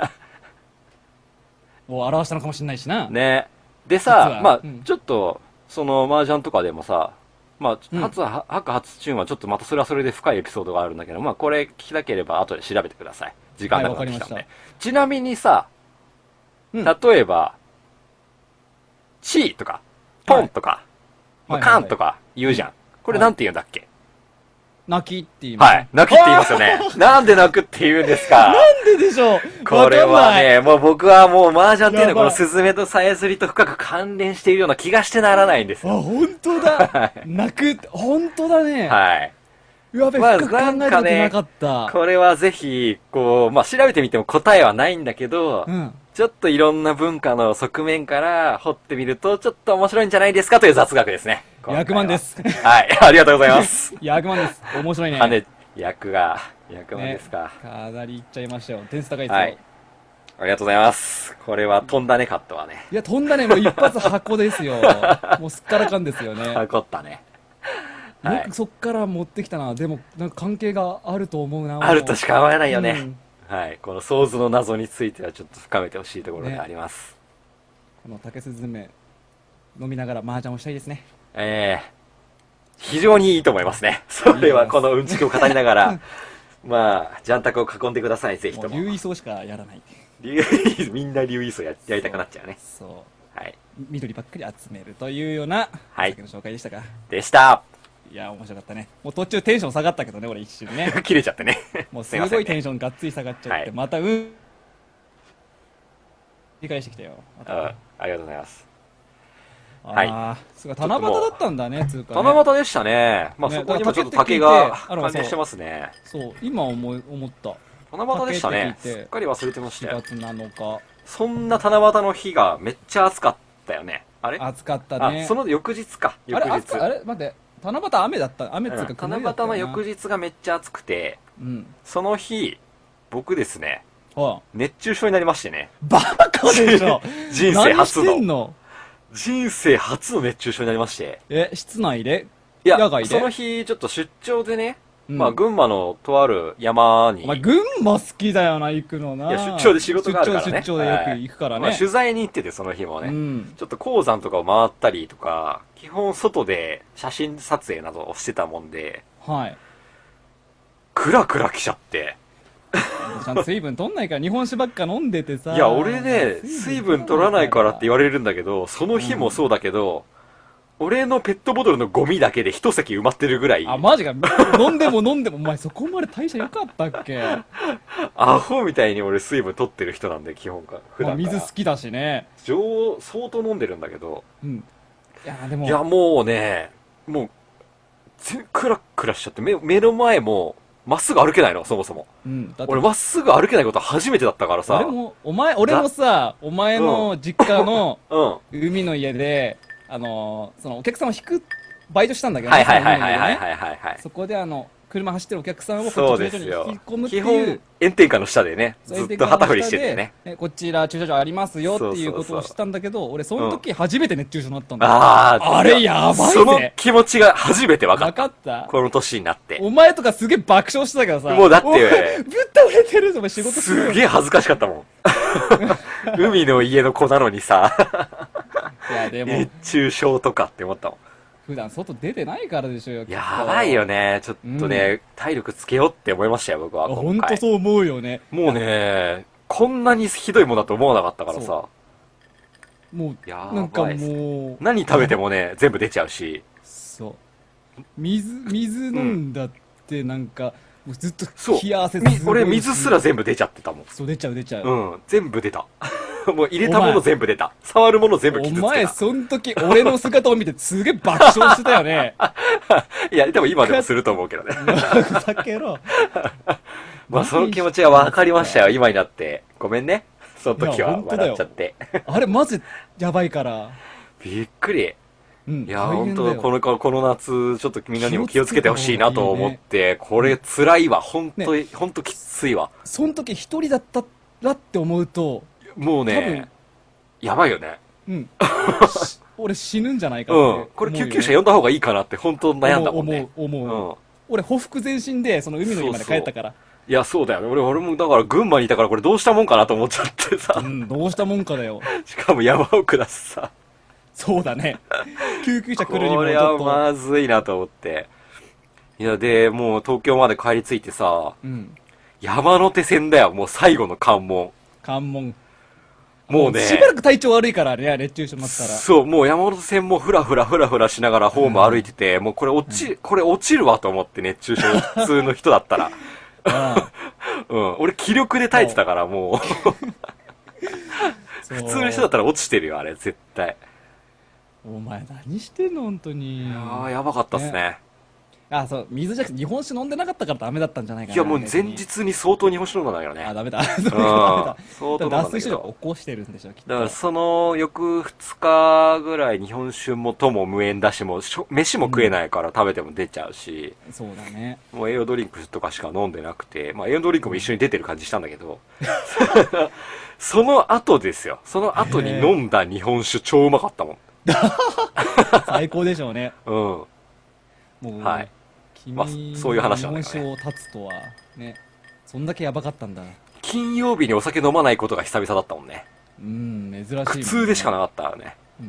を表したのかもしれないしな。 ね。でさ、まあちょっと、 その麻雀とかでもさ、まあ、白初チューンはちょっとまたそれはそれで深いエピソードがあるんだけど、まあこれ聞きたければ後で調べてください。時間なくなってきたので。ちなみにさ、例えば、チーとか、ポンとか、カンとか言うじゃん。これなんて言うんだっけ？ 泣きって言います。 はい。泣きって言いますよね。なんで泣くって言うんですか？ なんででしょう？ これはね、もう僕はもう麻雀っていうのはこのスズメとさえずりと深く関連しているような気がしてならないんですよ。 あ、本当だ。泣く、本当だね。 はい。 やべ、深く考えたことなかった。 これはぜひ、こう、まあ、調べてみても答えはないんだけど、ちょっといろんな文化の側面から掘ってみると、ちょっと面白いんじゃないですかという雑学ですね。 役満です。 はい、ありがとうございます。 役満です。面白いね。 役満ですか。 かなりいっちゃいましたよ。点数高いですよ。 はい。ありがとうございます。これは飛んだね、カットはね。 いや、飛んだね、もう一発箱ですよ。もうすっからかんですよね。 箱ったね。 よくそっから持ってきたな。でも、なんか関係があると思うな。 あるとしか思えないよね。はい。この想像の謎についてはちょっと深めてほしいところがあります。 この竹スズメ、飲みながら麻雀をしたいですね。 非常にいいと思いますね。それはこのうんちくを語りながら、まあ、ジャンタクを囲んでください、ぜひとも。 竜位相しかやらない。 みんな竜位相やりたくなっちゃうね。 そう。 はい。 緑ばっかり集めるというような、 はい。 の紹介でしたか。 でした。 いや、面白かったね。もう途中テンション下がったけどね、俺一瞬ね。 切れちゃってね。 もうすごいテンションがっつり下がっちゃって、また理解してきたよ。 ありがとうございます。 はい。すごい、七夕だったんだね、つうか。 七夕でしたね。まあそこにもちょっと竹が関連してますね。 そう、今思った。 七夕でしたね。すっかり忘れてましたよ。 4月7日。 そんな七夕の日がめっちゃ暑かったよね。あれ暑かったね。 その翌日か。 翌日。あれ待って。七夕雨だった。雨っつうか、 七夕の翌日がめっちゃ暑くて、その日、僕ですね、熱中症になりましてね。 バカでしょ。 人生初の。人生初の熱中症になりまして。 室内で？ いや、その日、ちょっと出張でね、まあ、群馬のとある山に。 お前、群馬好きだよな、行くのな。 いや、出張で仕事があるからね。 出張でよく行くからね。 まあ、取材に行ってて、その日もね。ちょっと鉱山とかを回ったりとか、基本外で写真撮影などをしてたもんで、 はい。 クラクラ来ちゃって。 ちゃんと水分取んないから、日本酒ばっか飲んでてさ。 いや、俺ね、水分取らないからって言われるんだけど、その日もそうだけど、俺のペットボトルのゴミだけで一席埋まってるぐらい。 あ、マジか。飲んでも、お前そこまで代謝良かったっけ？ アホみたいに俺水分取ってる人なんで、基本から。普段から。 水好きだしね。 相当飲んでるんだけど。 いや、でも。 いや、もうね、クラクラしちゃって、目の前も、まっすぐ歩けないの、そもそも。俺まっすぐ歩けないことは初めてだったからさ。 俺もさ、お前の実家の、海の家で、そのお客さんを引くバイトしたんだけどね。そこで車走ってるお客さんをこっち駐車場に引き込むっていう。 基本、炎天下の下でね、ずっと旗振りしててね。 こちら駐車場ありますよっていうことをしたんだけど、俺その時初めて熱中症になったんだよ。 あれやばいね。 その気持ちが初めて分かった。 分かった。 この年になって。 お前とかすげえ爆笑してたけどさ。 もうだって、ぶっ倒れてるぞ、お前仕事すげえ恥ずかしかったもん。海の家の子なのにさ。 いや、でも。 熱中症とかって思ったもん。 普段外出てないからでしょよ。 やばいよね。ちょっとね、体力つけようって思いましたよ、僕は。 ほんとそう思うよね。 もうね、こんなにひどいものだと思わなかったからさ。 もう、なんかもう。 何食べてもね、全部出ちゃうし。 そう。水飲んだってなんか、もうずっと冷や汗俺水すら全部出ちゃってたもん。 そう、出ちゃう。 全部出た。もう入れたもの全部出た。触るもの全部傷つけた。 お前、その時、俺の姿を見てすげえ爆笑してたよね。 いや、でも今でもすると思うけどね。 ふざけろ。 まあ、その気持ちは分かりましたよ、今になって。ごめんね。その時は笑っちゃって。 あれ、マジやばいから。 びっくり。いや、本当この夏、ちょっとみんなにも気をつけてほしいなと思って、これ辛いわ。本当きついわ。 その時一人だったらって思うと、 もうね、やばいよね。 俺死ぬんじゃないかって。 これ救急車呼んだ方がいいかなって本当悩んだもんね。 思う。俺、ほふく前進で、その海の家まで帰ったから。 いや、そうだよね。俺もだから群馬にいたからこれどうしたもんかなと思っちゃってさ。 どうしたもんかだよ。 しかも山奥だしさ。 そうだね。救急車来るにもこれはまずいなと思って。いや、で、もう東京まで帰り着いてさ、うん、山手線だよ、もう最後の関門。 関門。 もうね。 しばらく体調悪いからね、熱中症になったら。 そう、もう山手線もふらふらしながらホーム歩いてて、もうこれ落ちるわと思って熱中症普通の人だったら。うん、俺気力で耐えてたからもう。普通の人だったら落ちてるよ、あれ、絶対。 お前何してんの、本当に。 やばかったっすね。 あ、そう、水じゃなくて日本酒飲んでなかったからダメだったんじゃないかな。 いや、もう前日に相当日本酒飲んだんだけどね。 ダメだ。 相当飲んだんだけど。 脱水症状起こしてるんでしょ、きっと。 だからその翌2日ぐらい日本酒もとも無縁だし、もう飯も食えないから食べても出ちゃうし、 そうだね。 もう栄養ドリンクとかしか飲んでなくて、まあ栄養ドリンクも一緒に出てる感じしたんだけど、その後ですよ。その後に飲んだ日本酒超うまかったもん。 最高でしょうね。 うん。もう、 はい。まあ、そういう話なんだよね。 日本酒を断つとは、ね。そんだけやばかったんだ。 金曜日にお酒飲まないことが久々だったもんね。 珍しい、ね。 普通でしかなかったよね。うん、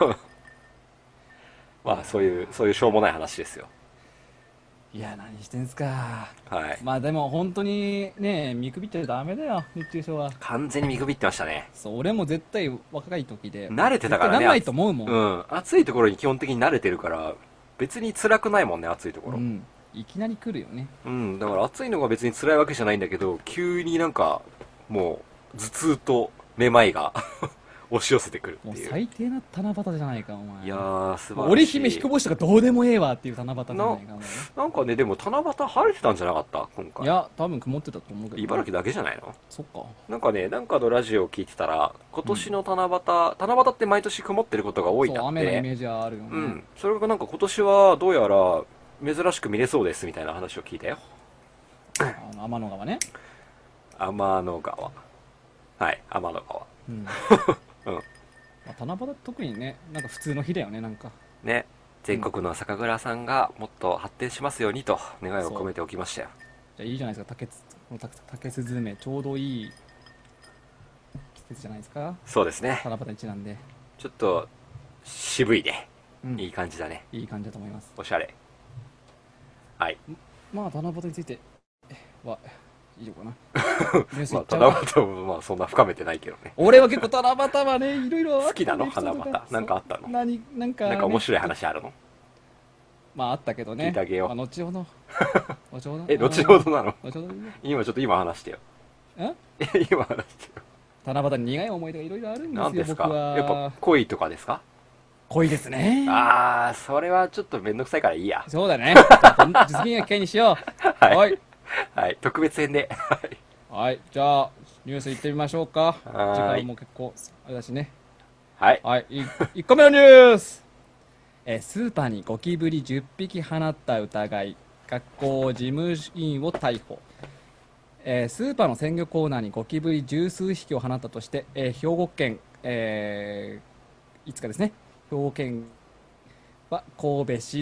まあ、そういうしょうもない話ですよ。 いや、何してんすか。 はい。 まあでも本当にね、見くびっちゃダメだよ、熱中症は。 完全に見くびってましたね。 そう、俺も絶対若い時で。 慣れてたからね。 ならないと思うもん。 うん。暑いところに基本的に慣れてるから、別に辛くないもんね、暑いところ。 うん。いきなり来るよね。 うん。だから暑いのが別に辛いわけじゃないんだけど、急になんか、もう、頭痛とめまいが押し寄せてくるっていう。 もう最低な七夕じゃないか、お前。 いやー、素晴らしい。 織姫彦星とかどうでもええわっていう七夕じゃないか、お前。 なんかね、でも七夕晴れてたんじゃなかった今回。 いや、多分曇ってたと思うけど。 茨城だけじゃないの？ そっか。 なんかね、なんかのラジオを聞いてたら、今年の七夕って毎年曇ってることが多いんだって。 そう、雨のイメージはあるよね。 うん。それがなんか今年はどうやら珍しく見れそうですみたいな話を聞いたよ。 天の川ね。 天の川。はい、天の川。うん。うん。 七夕特にね、なんか普通の日だよね、なんか。 ね。全国の酒蔵さんがもっと発展しますようにと願いを込めておきましたよ。 じゃあいいじゃないですか、竹スズメ、ちょうどいい季節じゃないですか。 そうですね。 七夕にちなんで。 ちょっと渋いで、いい感じだね。 いい感じだと思います。 おしゃれ。はい。 まあ、七夕については、以上かな。 まあ、七夕もまあそんな深めてないけどね。 俺は結構七夕はね、いろいろ好きなの七夕。なんかあったの？なんか面白い話あるの？ まああったけどね。 聞いてあげよう。 後ほど。 後ほどなの？ 後ほど。 今話してよ。今話してよ。 七夕に苦い思い出がいろいろあるんですよ。 何ですか？やっぱ恋とかですか？ 恋ですね。 ああ、それはちょっとめんどくさいからいいや。 そうだね。実現が機会にしよう。はい。はい、特別編で。 はい、じゃあ、ニュースいってみましょうか。時間も結構、あれだしね。 はい。 はい、1個目のニュース。スーパーにゴキブリ10匹放った疑い、学校事務員を逮捕。スーパーの鮮魚コーナーにゴキブリ十数匹を放ったとして、兵庫県、5日ですね、兵庫県は神戸市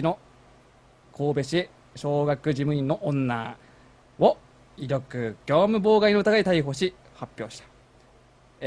小学事務員の女を威力業務妨害の疑いで逮捕し発表した。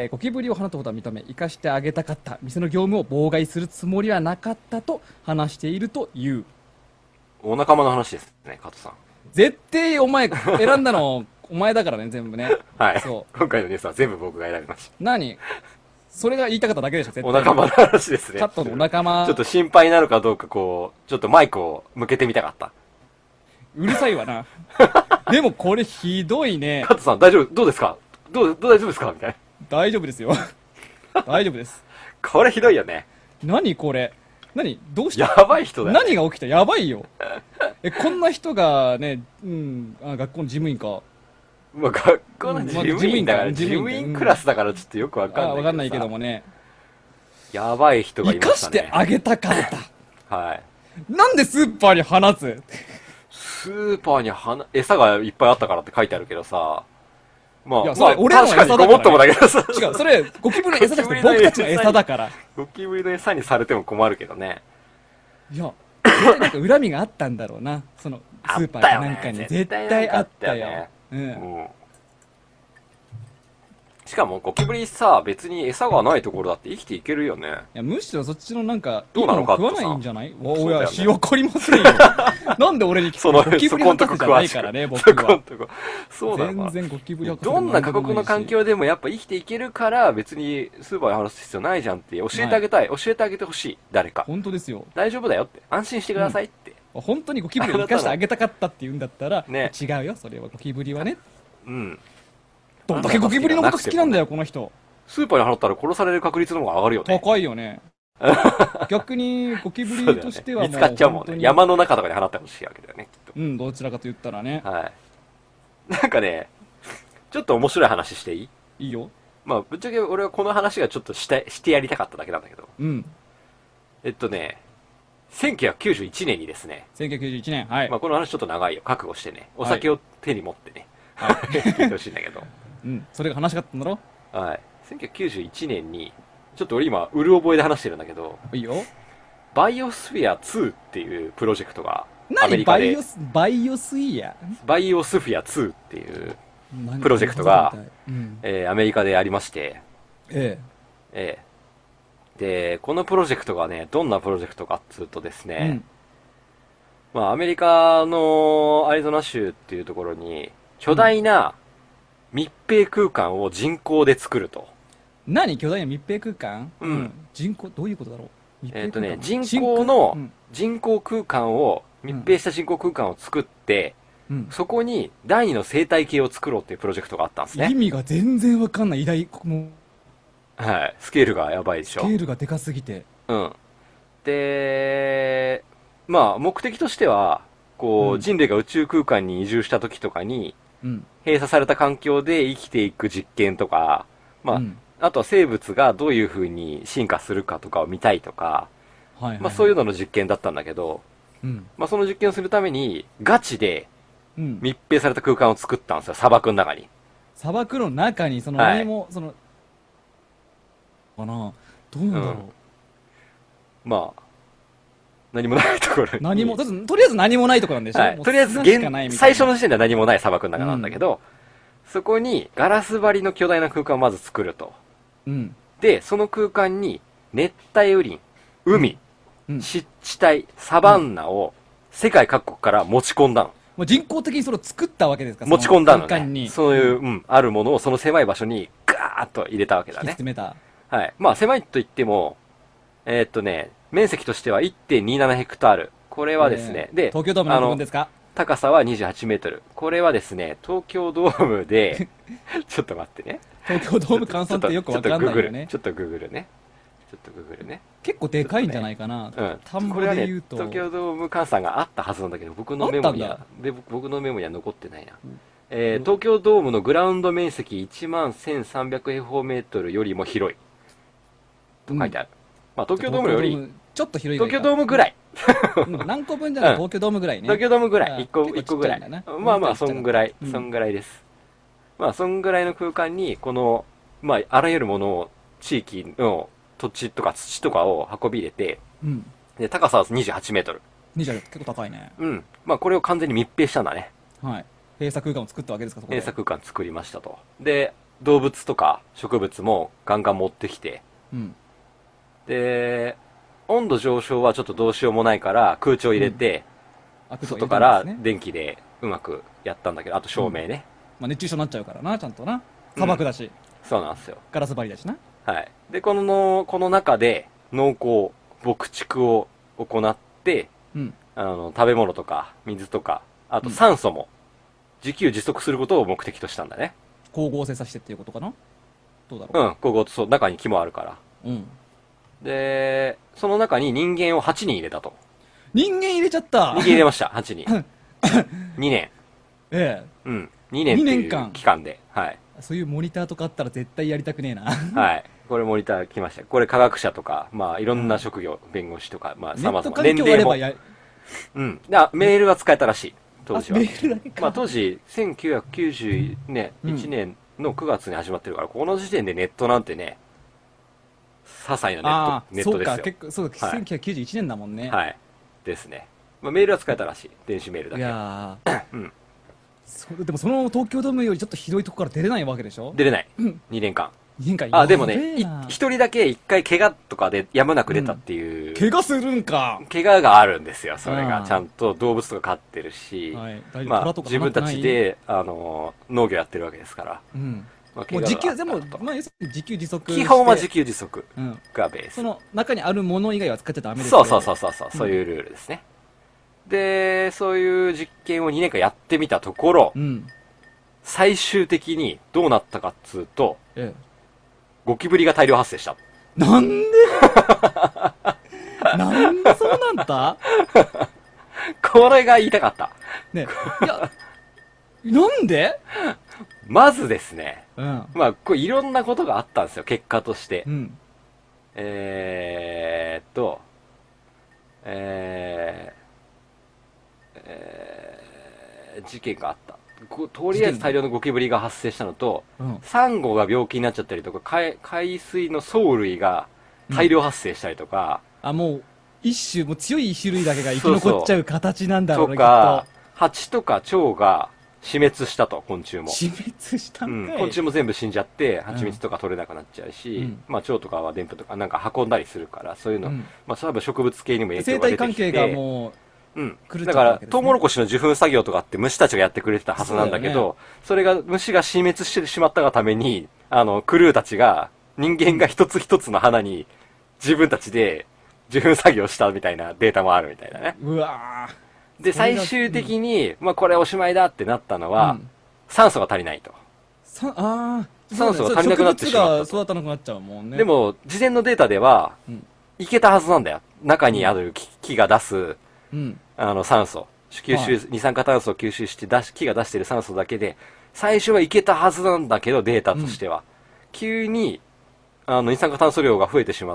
ゴキブリを放ったことは認め、生かしてあげたかった、店の業務を妨害するつもりはなかったと話しているという。 お仲間の話ですね、加藤さん。 絶対お前選んだのお前だからね、全部ね。 はい。そう。今回のニュースは全部僕が選びました。 何？それが言いたかっただけでしょ、絶対。 お仲間の話ですね。 カットのお仲間。 ちょっと心配になるかどうか、こう、ちょっとマイクを向けてみたかった。 うるさいわな。でもこれひどいね。 加藤さん、大丈夫？どうですか？大丈夫ですかみたいな。 大丈夫ですよ。大丈夫です。 これひどいよね。 何これ？どうした？ やばい人だよ、ね。 何が起きた？やばいよ。こんな人がね、学校の事務員か。 まあ、学校の事務員だから、事務員クラスだからちょっとよくわかんないけど。 わかんないけどもね。 やばい人がいましたね。 生かしてあげたかった。 はい。 なんでスーパーに放つ？ スーパーに餌がいっぱいあったからって書いてあるけどさ。まあ、 俺らの餌だから、ね。 確かにごもっともだけどさ。 違う、それ、ゴキブリの餌じゃなくて僕たちの餌だから。 ゴキブリの餌にされても困るけどね。 いや、なんか恨みがあったんだろうな。その、スーパーかなんかに。絶対あったよ。うん。 しかもゴキブリさ、別に餌がないところだって生きていけるよね。 いや、むしろそっちのなんか、 どうなのか食わないんじゃない？おや、わかりませんよ。なんで俺に聞くの？ゴキブリ博士じゃないからね、僕は。 そうだよ。 全然ゴキブリ博士。 どんな過酷な環境でもやっぱ生きていけるから、別にスーパーに話す必要ないじゃんって教えてあげたい。教えてあげてほしい。誰か。 本当ですよ。 大丈夫だよって。安心してくださいって。 本当にゴキブリを生かしてあげたかったって言うんだったら、 ね、 違うよ、それはゴキブリはね。 うん。 どんだけゴキブリのこと好きなんだよ、この人。 スーパーに払ったら殺される確率の方が上がるよね。 高いよね。逆にゴキブリとしてはもう、 見つかっちゃうもんね。山の中とかに払ってほしいわけだよね、きっと。 うん、どちらかと言ったらね。 はい。なんかね、ちょっと面白い話していい？ いいよ。 まあ、ぶっちゃけ俺はこの話がちょっとしてやりたかっただけなんだけど。 うん。 1991年にですね。 1991年、はい。 まあ、この話ちょっと長いよ。覚悟してね。お酒を手に持ってね。はい。聞いてほしいんだけど。 うん。それが話しかったんだろ？ はい。1991年に、ちょっと俺今、うる覚えで話してるんだけど。 いいよ。 バイオスフィア2っていうプロジェクトが、 アメリカで。バイオスフィア 2っていうプロジェクトが、アメリカでありまして。で、このプロジェクトがね、どんなプロジェクトかっつうとですね、まあ、アメリカのアリゾナ州っていうところに、巨大な密閉空間を人工で作ると。 何？巨大な密閉空間？うん。人工、どういうことだろう？ 人工空間を、密閉した人工空間を作って、そこに第二の生態系を作ろうっていうプロジェクトがあったんですね。 意味が全然わかんない。 はい。スケールがやばいでしょ。 スケールがでかすぎて。 うん。で、まあ、目的としては、こう、人類が宇宙空間に移住した時とかに、閉鎖された環境で生きていく実験とか、まあ、あとは生物がどういう風に進化するかとかを見たいとか、まあそういうのの実験だったんだけど、まあその実験をするために、ガチで密閉された空間を作ったんですよ、砂漠の中に。 砂漠の中に、何も、かな、どうなんだろう。まあ、何もないところに。 何も、とりあえず何もないところなんでしょ？ とりあえず最初の時点では何もない砂漠の中なんだけど、そこにガラス張りの巨大な空間をまず作ると。で、その空間に熱帯雨林、海、湿地帯、サバンナを世界各国から持ち込んだの。 もう人工的にそれを作ったわけですか？ 持ち込んだのね。そういう、あるものをその狭い場所にガーッと入れたわけだね。 引き詰めた。 はい。まあ狭いと言っても、面積としては 1.27 ヘクタール。これはですね、で、 東京ドームの部分ですか？ 高さは28メートル。これはですね、東京ドームで、ちょっと待ってね。 東京ドーム換算ってよくわかんないよね。 ちょっとググるね。 結構でかいんじゃないかな。田んぼで言うと。 東京ドーム換算があったはずなんだけど、僕のメモには残ってないな。東京ドームのグラウンド面積11,300平方メートルよりも広い。と書いてある。まあ東京ドームより、 ちょっと広い。 東京ドームぐらい。 何個分じゃない？東京ドームぐらいね。 東京ドームぐらい。1個ぐらい。まあまあ、そんぐらいです。まあ、そんぐらいの空間に、この、まあ、あらゆるものを、地域の土地とか土とかを運び入れて、で、高さは28メートル。 28、結構高いね。 まあ、これを完全に密閉したんだね。 はい。閉鎖空間を作ったわけですか、そこで。 閉鎖空間作りましたと。で、動物とか植物もガンガン持ってきて、で、温度上昇はちょっとどうしようもないから空調入れて、外から電気でうまくやったんだけど、あと照明ね。 まあ熱中症になっちゃうからな、ちゃんとな。砂漠だし。 そうなんですよ。 ガラス張りだしな。 はい。で、この中で農耕、牧畜を行って、食べ物とか水とか、あと酸素も自給自足することを目的としたんだね。 光合成させてっていうことかな？どうだろう？ 光合成、そう、中に木もあるから。で、その中に人間を8人入れたと。 人間入れちゃった。 人間入れました、8人。2年。 2 年っていう期間で。はい。 そういうモニターとかあったら絶対やりたくねえな。 はい。これモニター来ました。これ科学者とか、まあいろんな職業、弁護士とか、まあ様々。年齢も。メールは使えたらしい。当時は。まあ当時、1991年の9月に始まってるから、この時点でネットなんてね、些細なネットですよ。 そうか、結構、そうか、1991年だもんね。 はい。ですね。まあメールは使えたらしい。電子メールだけ。 いやでもその東京ドームよりちょっとひどいとこから出れないわけでしょ？ 出れない。2年間。 2年間。 あ、でもね、一人だけ一回怪我とかでやむなく出たっていう。 怪我するんか。 怪我があるんですよ、それが。ちゃんと動物とか飼ってるし、まあ、自分たちで、農業やってるわけですから。 もう自給、でも、まあ、要するに自給自足。 基本は自給自足がベース。 その中にあるもの以外は使っちゃダメですね。そういうルールですね。で、そういう実験を2年間やってみたところ、最終的にどうなったかっつうと、ゴキブリが大量発生した。 なんでなんでそうなんだこれが言いたかった。 ね、いや、なんでまずですね、まあ、これいろんなことがあったんですよ、結果として。事件があった。とりあえず大量のゴキブリが発生したのと、サンゴが病気になっちゃったりとか、海水の藻類が大量発生したりとか。 もう、もう強い種類だけが生き残っちゃう形なんだろうね、 とか、蜂とか蝶が死滅したと、昆虫も。 死滅したんかい。 昆虫も全部死んじゃって、蜂蜜とか取れなくなっちゃうし、まあ蝶とかはでんぷんとかなんか運んだりするから、そういうの、まあそれは植物系にも影響が出てきて。生態関係がもう、だから、トウモロコシの受粉作業とかって虫たちがやってくれてたはずなんだけど、それが虫が死滅してしまったがために、クルーたちが、人間が一つ一つの花に自分たちで受粉作業したみたいなデータもあるみたいなね。 うわで、最終的に、まあこれおしまいだってなったのは、酸素が足りないと。酸素が足りなくなってしまった。 植物が育たなくなっちゃうもんね。 でも、事前のデータでは、いけたはずなんだよ。中にある木が出す、酸素。二酸化炭素を吸収して木が出している酸素だけで、最初はいけたはずなんだけど、データとしては。急に、二酸化炭素量が増えてしまって、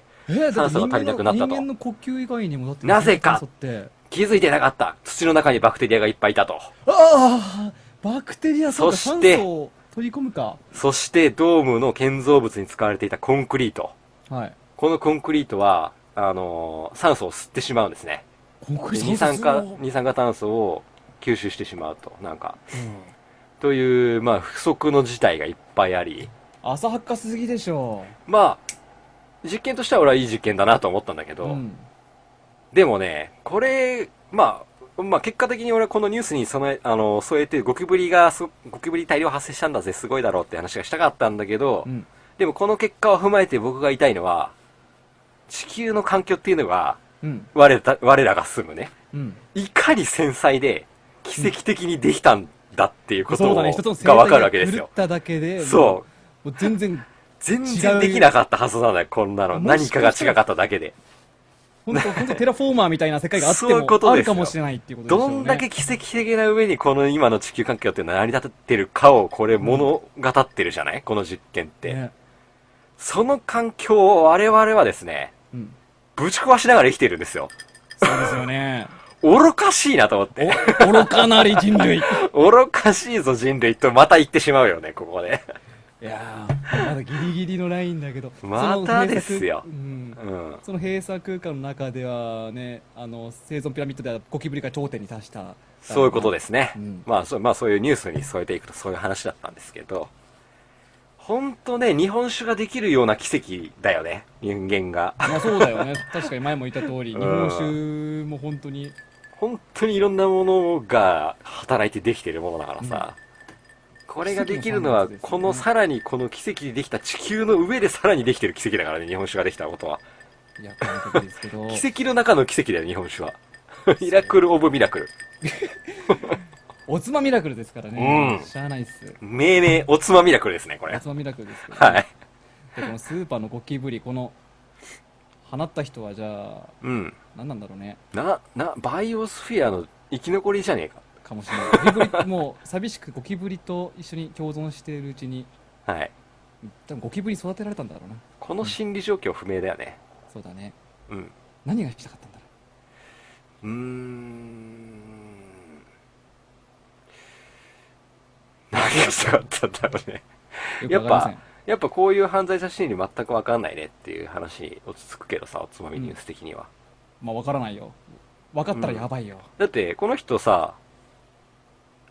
酸素が足りなくなったと。 人間の呼吸以外にもだってなぜか気づいてなかった。土の中にバクテリアがいっぱいいたと。 バクテリア、そうか、酸素を取り込むか。 そして、ドームの建造物に使われていたコンクリート。このコンクリートは、酸素を吸ってしまうんですね。二酸化炭素を吸収してしまうと。なんか。という、まあ、不測の事態がいっぱいあり。 浅はかすぎでしょ。 まあ、実験としては俺はいい実験だなと思ったんだけど、でもね、これ、まあ結果的に俺はこのニュースに添えてゴキブリ大量発生したんだぜ、すごいだろうって話がしたかったんだけど、でもこの結果を踏まえて僕が言いたいのは、地球の環境っていうのが、我らが住むね、いかに繊細で奇跡的にできたんだっていうことがわかるわけですよ。そう。 もう全然できなかったはずなんだよ、こんなの。何かが違かっただけで。 本当テラフォーマーみたいな世界があってもあるかもしれないっていうことですよね。 どんだけ奇跡的な上にこの今の地球環境っていうのは成り立ってるかをこれ物語ってるじゃない、この実験って。その環境を我々はですね、ぶち壊しながら生きてるんですよ。 そうですよね。 愚かしいなと思って。 愚かなり人類。 愚かしいぞ人類とまた言ってしまうよね、ここで。 いやー、まだギリギリのラインだけど。 またですよ。 その閉鎖空間の中ではね、生存ピラミッドではゴキブリが頂点に達した。 そういうことですね。まあそういうニュースに添えていくとそういう話だったんですけど、本当ね、日本酒ができるような奇跡だよね、人間が。 まあそうだよね。確かに前も言った通り、日本酒も本当にいろんなものが働いてできているものだからさ、これができるのは、このさらにこの奇跡でできた地球の上でさらにできてる奇跡だからね、日本酒ができたことは。 いや、本当ですけど。 奇跡の中の奇跡だよ、日本酒は。ミラクルオブミラクル。 おつまミラクルですからね。しゃあないっす。 命名、おつまミラクルですね、これ。 おつまミラクルですけど。 はい。 で、このスーパーのゴキブリ、この、放った人はじゃあ、何なんだろうね。 バイオスフィアの生き残りじゃねえか。 かもしれない。ゴキブリ、もう寂しくゴキブリと一緒に共存しているうちに、 はい。 多分ゴキブリ育てられたんだろうな。 この心理状況不明だよね。 そうだね。 うん。 何がしたかったんだろう。 何がしたかったんだろうね。やっぱこういう犯罪者心理全く分かんないねっていう話に落ち着くけどさ、おつまみニュース的には。 まあ分からないよ。分かったらやばいよ。 だってこの人さ、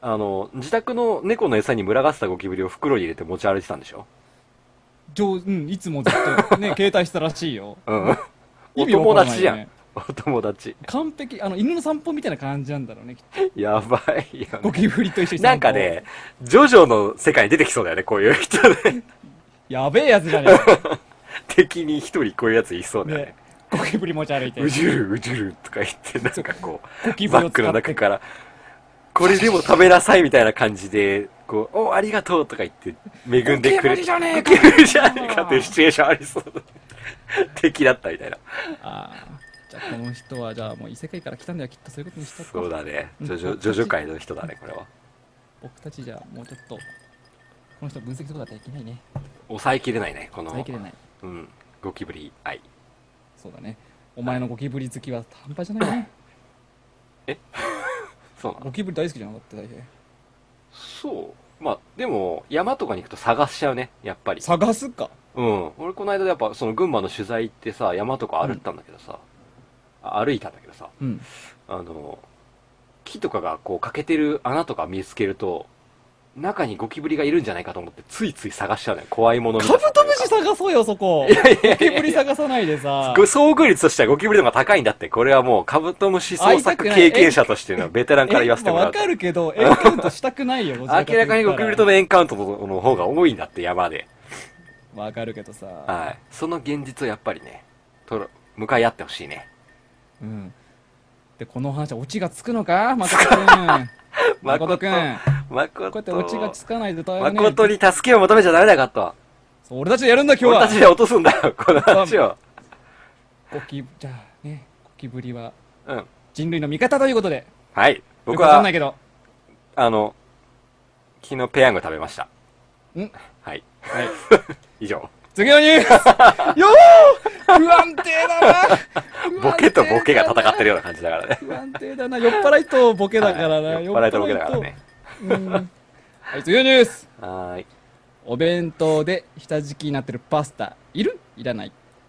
自宅の猫の餌に群がせたゴキブリを袋に入れて持ち歩いてたんでしょ？ いつもずっとね、携帯したらしいよ。 うん。お友達じゃん。お友達。 完璧、犬の散歩みたいな感じなんだろうね、きっと。やばいよ、ね。 ゴキブリと一緒に散歩。 なんかね、ジョジョの世界に出てきそうだよね、こういう人で。 やべえやつじゃねえ。 敵に一人こういうやついそうだよね。 ゴキブリ持ち歩いて。 うじるうじるとか言って、なんかこう、バッグの中から、これでも食べなさいみたいな感じで、こう、お、ありがとうとか言って、恵んでくれる。ゴキブリじゃねえか。ゴキブリじゃねえかっていうシチュエーションありそうだ。敵だったみたいな。 ああ。じゃあこの人は、じゃあもう異世界から来たんだよ、きっとそういうことにしたそうだね。ジョジョ界の人だね、これは。 僕たちじゃあもうちょっと、この人分析とかだったらいけないね。 抑えきれないね、この。 抑えきれない。 うん。ゴキブリ愛。 そうだね。お前のゴキブリ好きは半端じゃないね。 えそうなの？ ゴキブリ大好きじゃなかった、大変。 そう。まあ、でも、山とかに行くと探しちゃうね、やっぱり。 探すか？ うん。俺この間やっぱ、その群馬の取材行ってさ、山とか歩ったんだけどさ、歩いたんだけどさ、 うん、 木とかがこう欠けてる穴とか見つけると、中にゴキブリがいるんじゃないかと思ってついつい探しちゃうのよ。怖いものみたいな。 カブトムシ探そうよ、そこ。ゴキブリ探さないでさ。 遭遇率としてはゴキブリの方が高いんだって。これはもうカブトムシ捜索経験者としてのベテランから言わせてもらう。 わかるけど、エンカウントしたくないよ、 明らかにゴキブリとのエンカウントの方が多いんだって、山で。 わかるけどさ。 はい。その現実をやっぱりね、向かい合ってほしいね。 うん。で、この話はオチがつくのか誠くん。誠くん。こうやってオチがつかないと大変ね。 誠に助けを求めちゃダメだかと。 そう、俺たちでやるんだ、今日は。 俺たちで落とすんだよ、この話を。 じゃあね、ゴキブリは、 うん。 人類の味方ということで。 はい。僕は、 わかんないけど。 昨日ペヤング食べました。 んはい。 はい。 以上。 次のニュースよー不安定だなボケとボケが戦ってるような感じだからね。 不安定だな。酔っ払いとボケだからな。 はい、酔っ払いとボケだからね。 はい、次のニュース。 はい。 お弁当で下敷きになってるパスタ、いる？いらない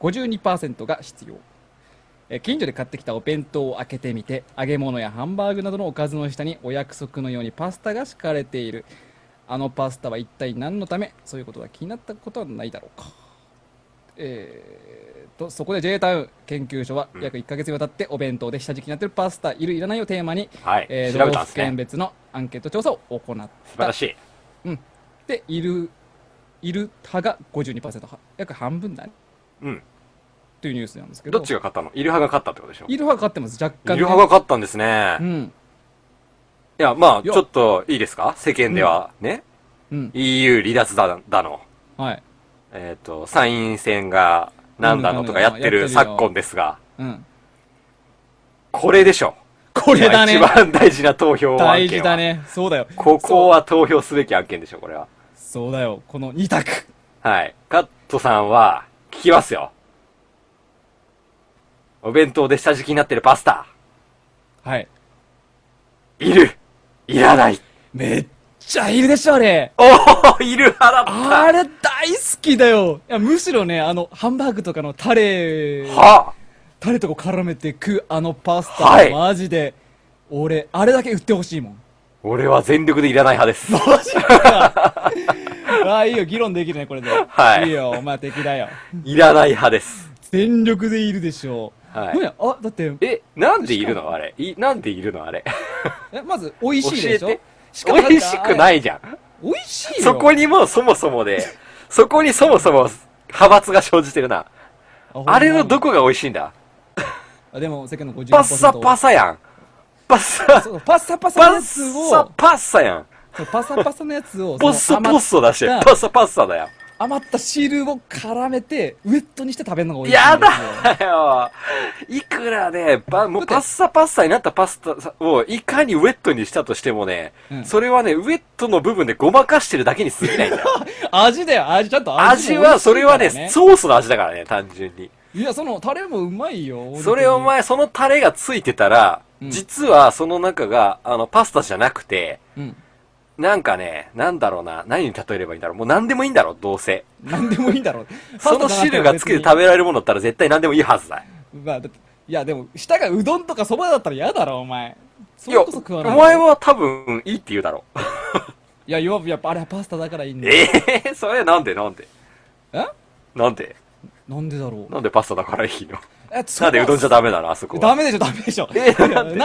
。52% が必要。近所で買ってきたお弁当を開けてみて、揚げ物やハンバーグなどのおかずの下にお約束のようにパスタが敷かれている。あのパスタは一体何のため？そういうことが気になったことはないだろうか。そこで J タウン研究所は約1ヶ月にわたってお弁当で下敷きになっているパスタいるいらないをテーマに、道府県別のアンケート調査を行った。 素晴らしい。 うん。で、いる派が 52%、約半分だね。 うん。 というニュースなんですけど。 どっちが勝ったの？いる派が勝ったってことでしょ？ いる派が勝ってます、若干、ね。 いる派が勝ったんですね。 うん。 いや、まあ、ちょっといいですか？世間ではね。 うん。 EU 離脱だの。 はい。 参院選がなんだのとかやってる昨今ですが。 うん。 これでしょ。 これだね。 一番大事な投票案件は。 大事だね。そうだよ。 ここは投票すべき案件でしょ、これは。 そうだよ。この2択。 はい。カットさんは、聞きますよ。お弁当で下敷きになってるパスタ。 はい。 いる。いらない。 めっちゃいるでしょ、あれ。 おー、いる派だった。 あれ大好きだよ。いや、むしろね、ハンバーグとかのタレとか絡めて食うあのパスタ、はい、マジで、俺、あれだけ売ってほしいもん。 俺は全力でいらない派です。 マジか。ああ、いいよ、議論できるね、これで。 はい。 いいよ、お前敵だよ。 いらない派です。 全力でいるでしょう。はい。 あ、だって。 なんでいるのあれ。なんでいるのあれ。 まず、美味しいでしょ？ 美味しくないじゃん。 美味しいよ。そこにもそもそも派閥が生じてるな。あれのどこが美味しいんだ？ でも、世間の 50%。 パッサパサやん。 パッサパサのやつを。 パッサやん。 パサパサのやつを。 ポッソポッソ出して、パッサパッサだよ。 余った汁を絡めて、ウェットにして食べるのが美味しい。 やだよ。いくらね、もうパッサパッサになったパスタをいかにウェットにしたとしてもね、それはね、ウェットの部分でごまかしてるだけに過ぎないんだよ。 味だよ、ちゃんと味は、それはね、ソースの味だからね、単純に。 いや、そのタレもうまいよ。 それお前、そのタレがついてたら、実はその中が、パスタじゃなくて、なんかね、なんだろうな、何に例えればいいんだろう。もう何でもいいんだろう、どうせ。 何でもいいんだろう。 その汁がつけて食べられるものだったら絶対何でもいいはずだ。 まあ、いやでも、下がうどんとかそばだったら嫌だろ、お前。 それこそ食わない。 お前は多分いいって言うだろ。 いや、やっぱあれはパスタだからいいんだよ。それなんでなんでなんでだろう。 なんでパスタだからいいの？なんでうどんじゃダメなのあそこは。 ダメでしょ。ない。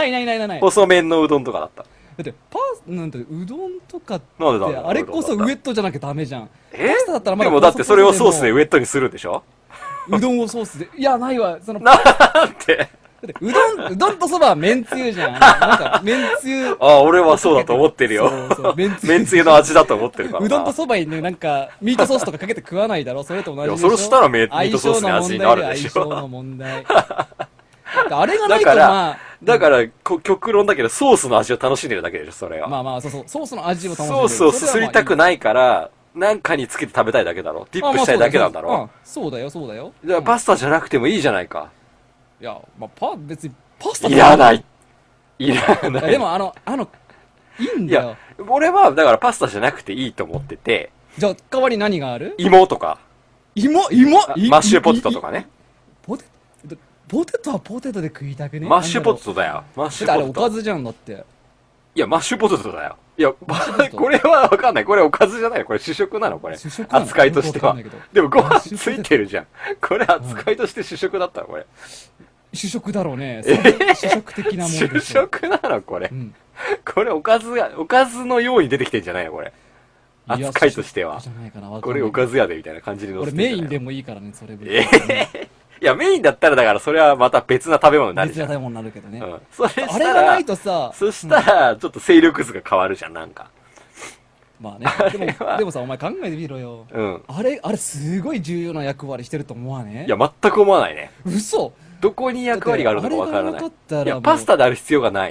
細麺のうどんとかだった。 だってなんてうどんとかってあれこそウエットじゃなきゃダメじゃん。パスタだったらまだ。 でもだってそれをソースでウエットにするんでしょ？ うどんをソースで。いや、ないわ。 なんて。 だってうどんとそばはめんつゆじゃん。なんか、めんつゆ。 俺はそうだと思ってるよ。そうめんつゆの味だと思ってるから。 うどんとそばにね、なんか、ミートソースとかかけて食わないだろ？それと同じでしょ。 いや、それしたらミートソースの味になるでしょ。 相性の問題。あれがないとまあ。 だから、極論だけど、ソースの味を楽しんでるだけでしょ、それは。 まあ、そう。ソースの味を楽しんでる。ソースをすすりたくないから、なんかにつけて食べたいだけだろ。ディップしたいだけなんだろ。 そうだよ。 だからパスタじゃなくてもいいじゃないか。 いや、まあ、別に、パスタいらない。 でもいいんだよ。いや、 俺は、だからパスタじゃなくていいと思ってて。 じゃあ、代わり何がある？ 芋とか。 芋マッシュポテトとかね。 ポテトはポテトで食いたくね？ マッシュポテトだよ。マッシュポテト。 あれおかずじゃんだって。 いや、マッシュポテトだよ。いや、これはわかんない。これおかずじゃない。これ主食なのこれ。扱いとしては。でもご飯ついてるじゃん。これ扱いとして主食だったのこれ。 主食だろうね。主食的なものでしょ。 主食なのこれ。これおかずのように出てきてんじゃないのこれ。扱いとしては。これおかずやでみたいな感じで乗せて。俺メインでもいいからね、それ分。 いや、メインだったらだからそれはまた別な食べ物になるじゃん。 別な食べ物になるけどね。 あれがないとさ。 そしたら、ちょっと勢力図が変わるじゃん、なんか。 まあね。でもさ、お前考えてみろよ。あれすごい重要な役割してると思わね？ いや、全く思わないね。 嘘？ どこに役割があるのかわからない。いや、パスタである必要がない。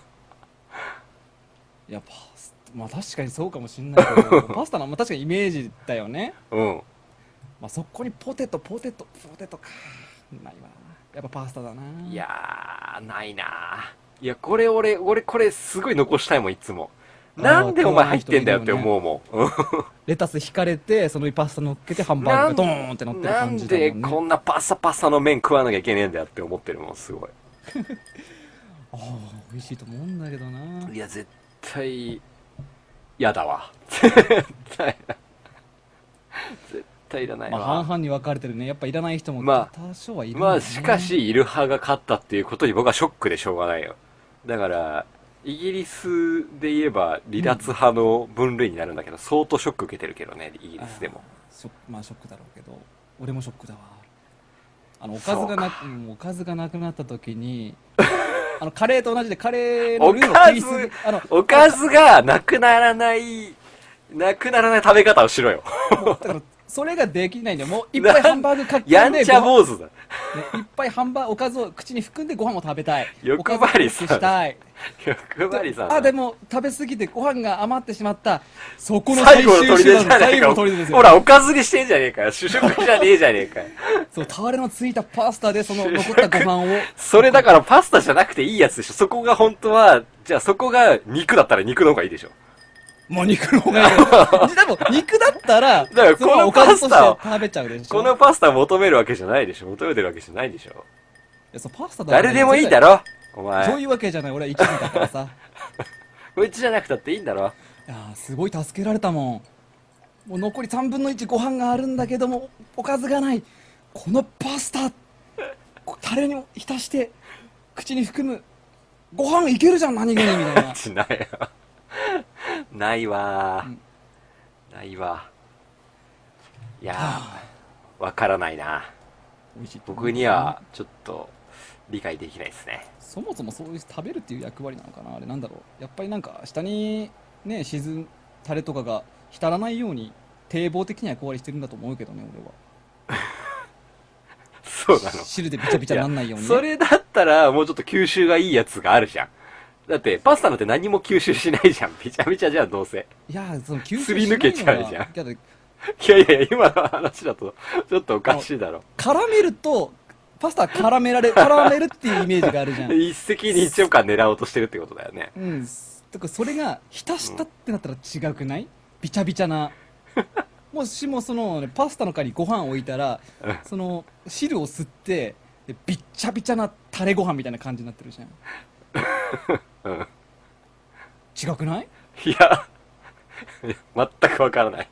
いや、まあ確かにそうかもしんないけど、パスタの、まあ確かにイメージだよね。まあそこにポテトか。ないわ。やっぱパスタだな。 いやー、ないな。いや、これ俺これすごい残したいもん、いつも。なんでお前入ってんだよって思うもん。 レタス引かれて、そのパスタ乗っけてハンバーグがドーンって乗ってる感じだもんね。 なんでこんなパサの麺食わなきゃいけねえんだよって思ってるもん、すごい。 美味しいと思うんだけどな。 いや、絶対、嫌だわ。絶対いらないわ。 半々に分かれてるね。やっぱいらない人も多少はいるんだね。 しかし、いる派が勝ったっていうことに僕はショックでしょうがないよ。だから、イギリスで言えば離脱派の分類になるんだけど、相当ショック受けてるけどね、イギリスでも。 まあショックだろうけど、俺もショックだわ。おかずがなくなった時に、カレーと同じでカレーのルーを食いすぎ、 おかずがなくならない食べ方をしろよ。 だからそれができないんだよ。もういっぱいハンバーグかけて、 やんちゃ坊主だ。 いっぱいおかずを口に含んでご飯を食べたい。 欲張りさ。 欲張りさ。 でも食べ過ぎてご飯が余ってしまった。そこの最後の砦じゃねえか。ほら、おかずにしてんじゃねえかよ。主食じゃねえじゃねえかよ。 そう、タレのついたパスタでその残ったご飯を。 それだからパスタじゃなくていいやつでしょ。そこが本当は、じゃあそこが肉だったら肉の方がいいでしょ。 もう肉の方がいい。でも肉だったら、 だからこのパスタを食べちゃうでしょ。 このパスタを求めるわけじゃないでしょ。求めてるわけじゃないでしょ。 いや、そう、パスタだ。 誰でもいいだろ、お前。 そういうわけじゃない。俺は一味だからさ。 こいつじゃなくたっていいんだろ。 いやー、すごい助けられたもん。もう残り3分の1ご飯があるんだけども、おかずがない。このパスタ、タレに浸して、口に含む。ご飯いけるじゃん、何気に、みたいな。 ないわ。ないわ。いやー、わからないな。僕にはちょっと理解できないですね。 そもそもそういう食べるっていう役割なのかな。あれなんだろう。やっぱりなんか下にね、タレとかが浸らないように堤防的な役割してるんだと思うけどね、俺は。 そうなの。 汁でビチャビチャなんないように、ね。 それだったらもうちょっと吸収がいいやつがあるじゃん。だってパスタなんて何も吸収しないじゃん。ビチャビチャじゃん、どうせ。 いや、その吸収すり抜けちゃうじゃん。いや今の話だとちょっとおかしいだろ。 絡めるとパスタは絡めるっていうイメージがあるじゃん。 一石二鳥感狙おうとしてるってことだよね。 だからそれが浸したってなったら違くない？ビチャビチャな。もしもその、ね、パスタの代にご飯を置いたら、その汁を吸ってビッチャビチャなタレご飯みたいな感じになってるじゃん。 うん。 違くない？ いや、全くわからない。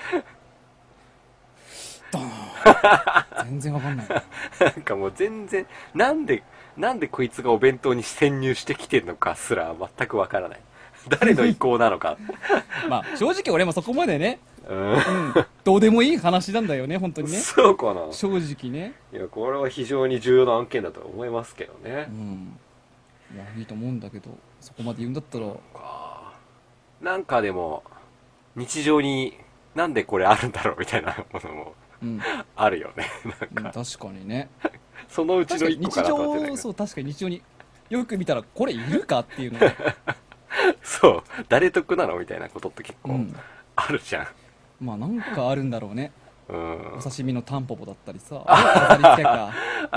全然わかんない。 なんかもう全然、なんでこいつがお弁当に潜入してきてるのかすら全くわからない。誰の意向なのか。 まあ、正直俺もそこまでね、 うん、 どうでもいい話なんだよね、本当にね。 そうかな。 正直ね。 いや、これは非常に重要な案件だと思いますけどね。 いや、いいと思うんだけど、そこまで言うんだったら。 なんかでも、日常になんでこれあるんだろうみたいなものも、あるよね。なんか、 確かにね。 そのうちの一個かなと思ってね。 そう、確かに日常によく見たら、これいるかっていうのそう、誰得なのみたいなことって結構あるじゃん。 まあなんかあるんだろうね。お刺身のタンポポだったりさ。 飾り付けか。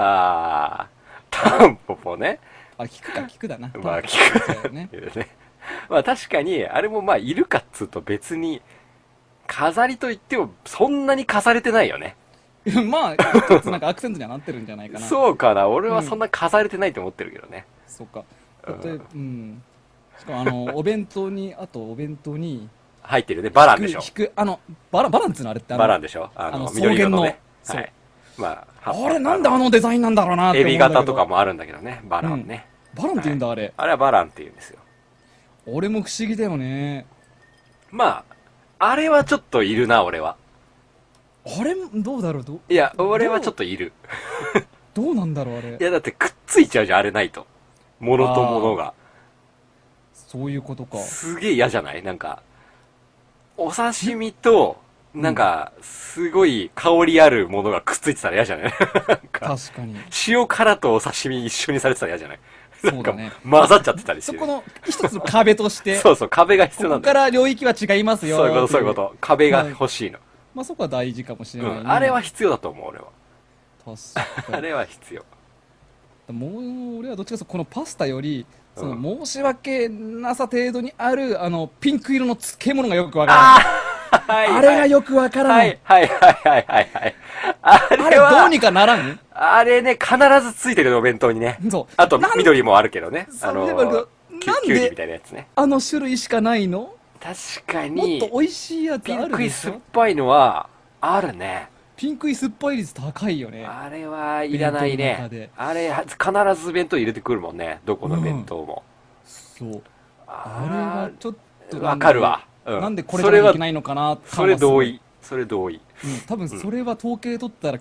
タンポポね。 聞くだな。 まあ聞くね。まあ確かに、あれもまあいるかっつうと別に、飾りと言ってもそんなに飾れてないよね。 まあ、一つなんかアクセントにはなってるんじゃないかな。 そうかな。俺はそんな飾れてないと思ってるけどね。 そうか。しかもお弁当に、 入ってるね。バランでしょ。 バランってのあれってバランでしょ。緑色のね。はい。まあ、あれなんであのデザインなんだろうなって思うんだけど。エビ型とかもあるんだけどね。バランね。 バランって言うんだ、あれ。 あれはバランって言うんですよ。 俺も不思議だよね。 まあ、あれはちょっといるな、俺は。 あれ、どうだろういや、俺はちょっといる。 どうなんだろう、あれ。 いや、だってくっついちゃうじゃん、あれないと。物と物が。 そういうことか。 すげえ嫌じゃない？なんか、お刺身と、なんか、すごい香りあるものがくっついてたら嫌じゃない？確かに。 塩辛とお刺身一緒にされてたら嫌じゃない？ そうだね。 混ざっちゃってたりして。 そこの一つの壁として。 そうそう、壁が必要なんだ。 ここから領域は違いますよ。 そういうこと。壁が欲しいの。 まあそこは大事かもしれないね。 あれは必要だと思う、俺は。 確かに。 あれは必要。 もう、俺はどっちかというと、このパスタより、その申し訳なさ程度にある、ピンク色の漬物がよくわからない。あれがよくわからない。 はい。 あれどうにかならん？ あれね、必ずついてるお弁当にね。 そう。 あと、緑もあるけどね。 キュウリみたいなやつね。 あの種類しかないの？ 確かに。 もっと美味しいやつあるでしょ？ ピンクい酸っぱいのは、あるね。 ピンクい酸っぱい率高いよね。 あれはいらないね。あれ、必ず弁当入れてくるもんね。どこの弁当も。 そう。あれはちょっと。 わかるわ。 なんでこれじゃいけないのかな。 それ同意。 多分それは統計取ったら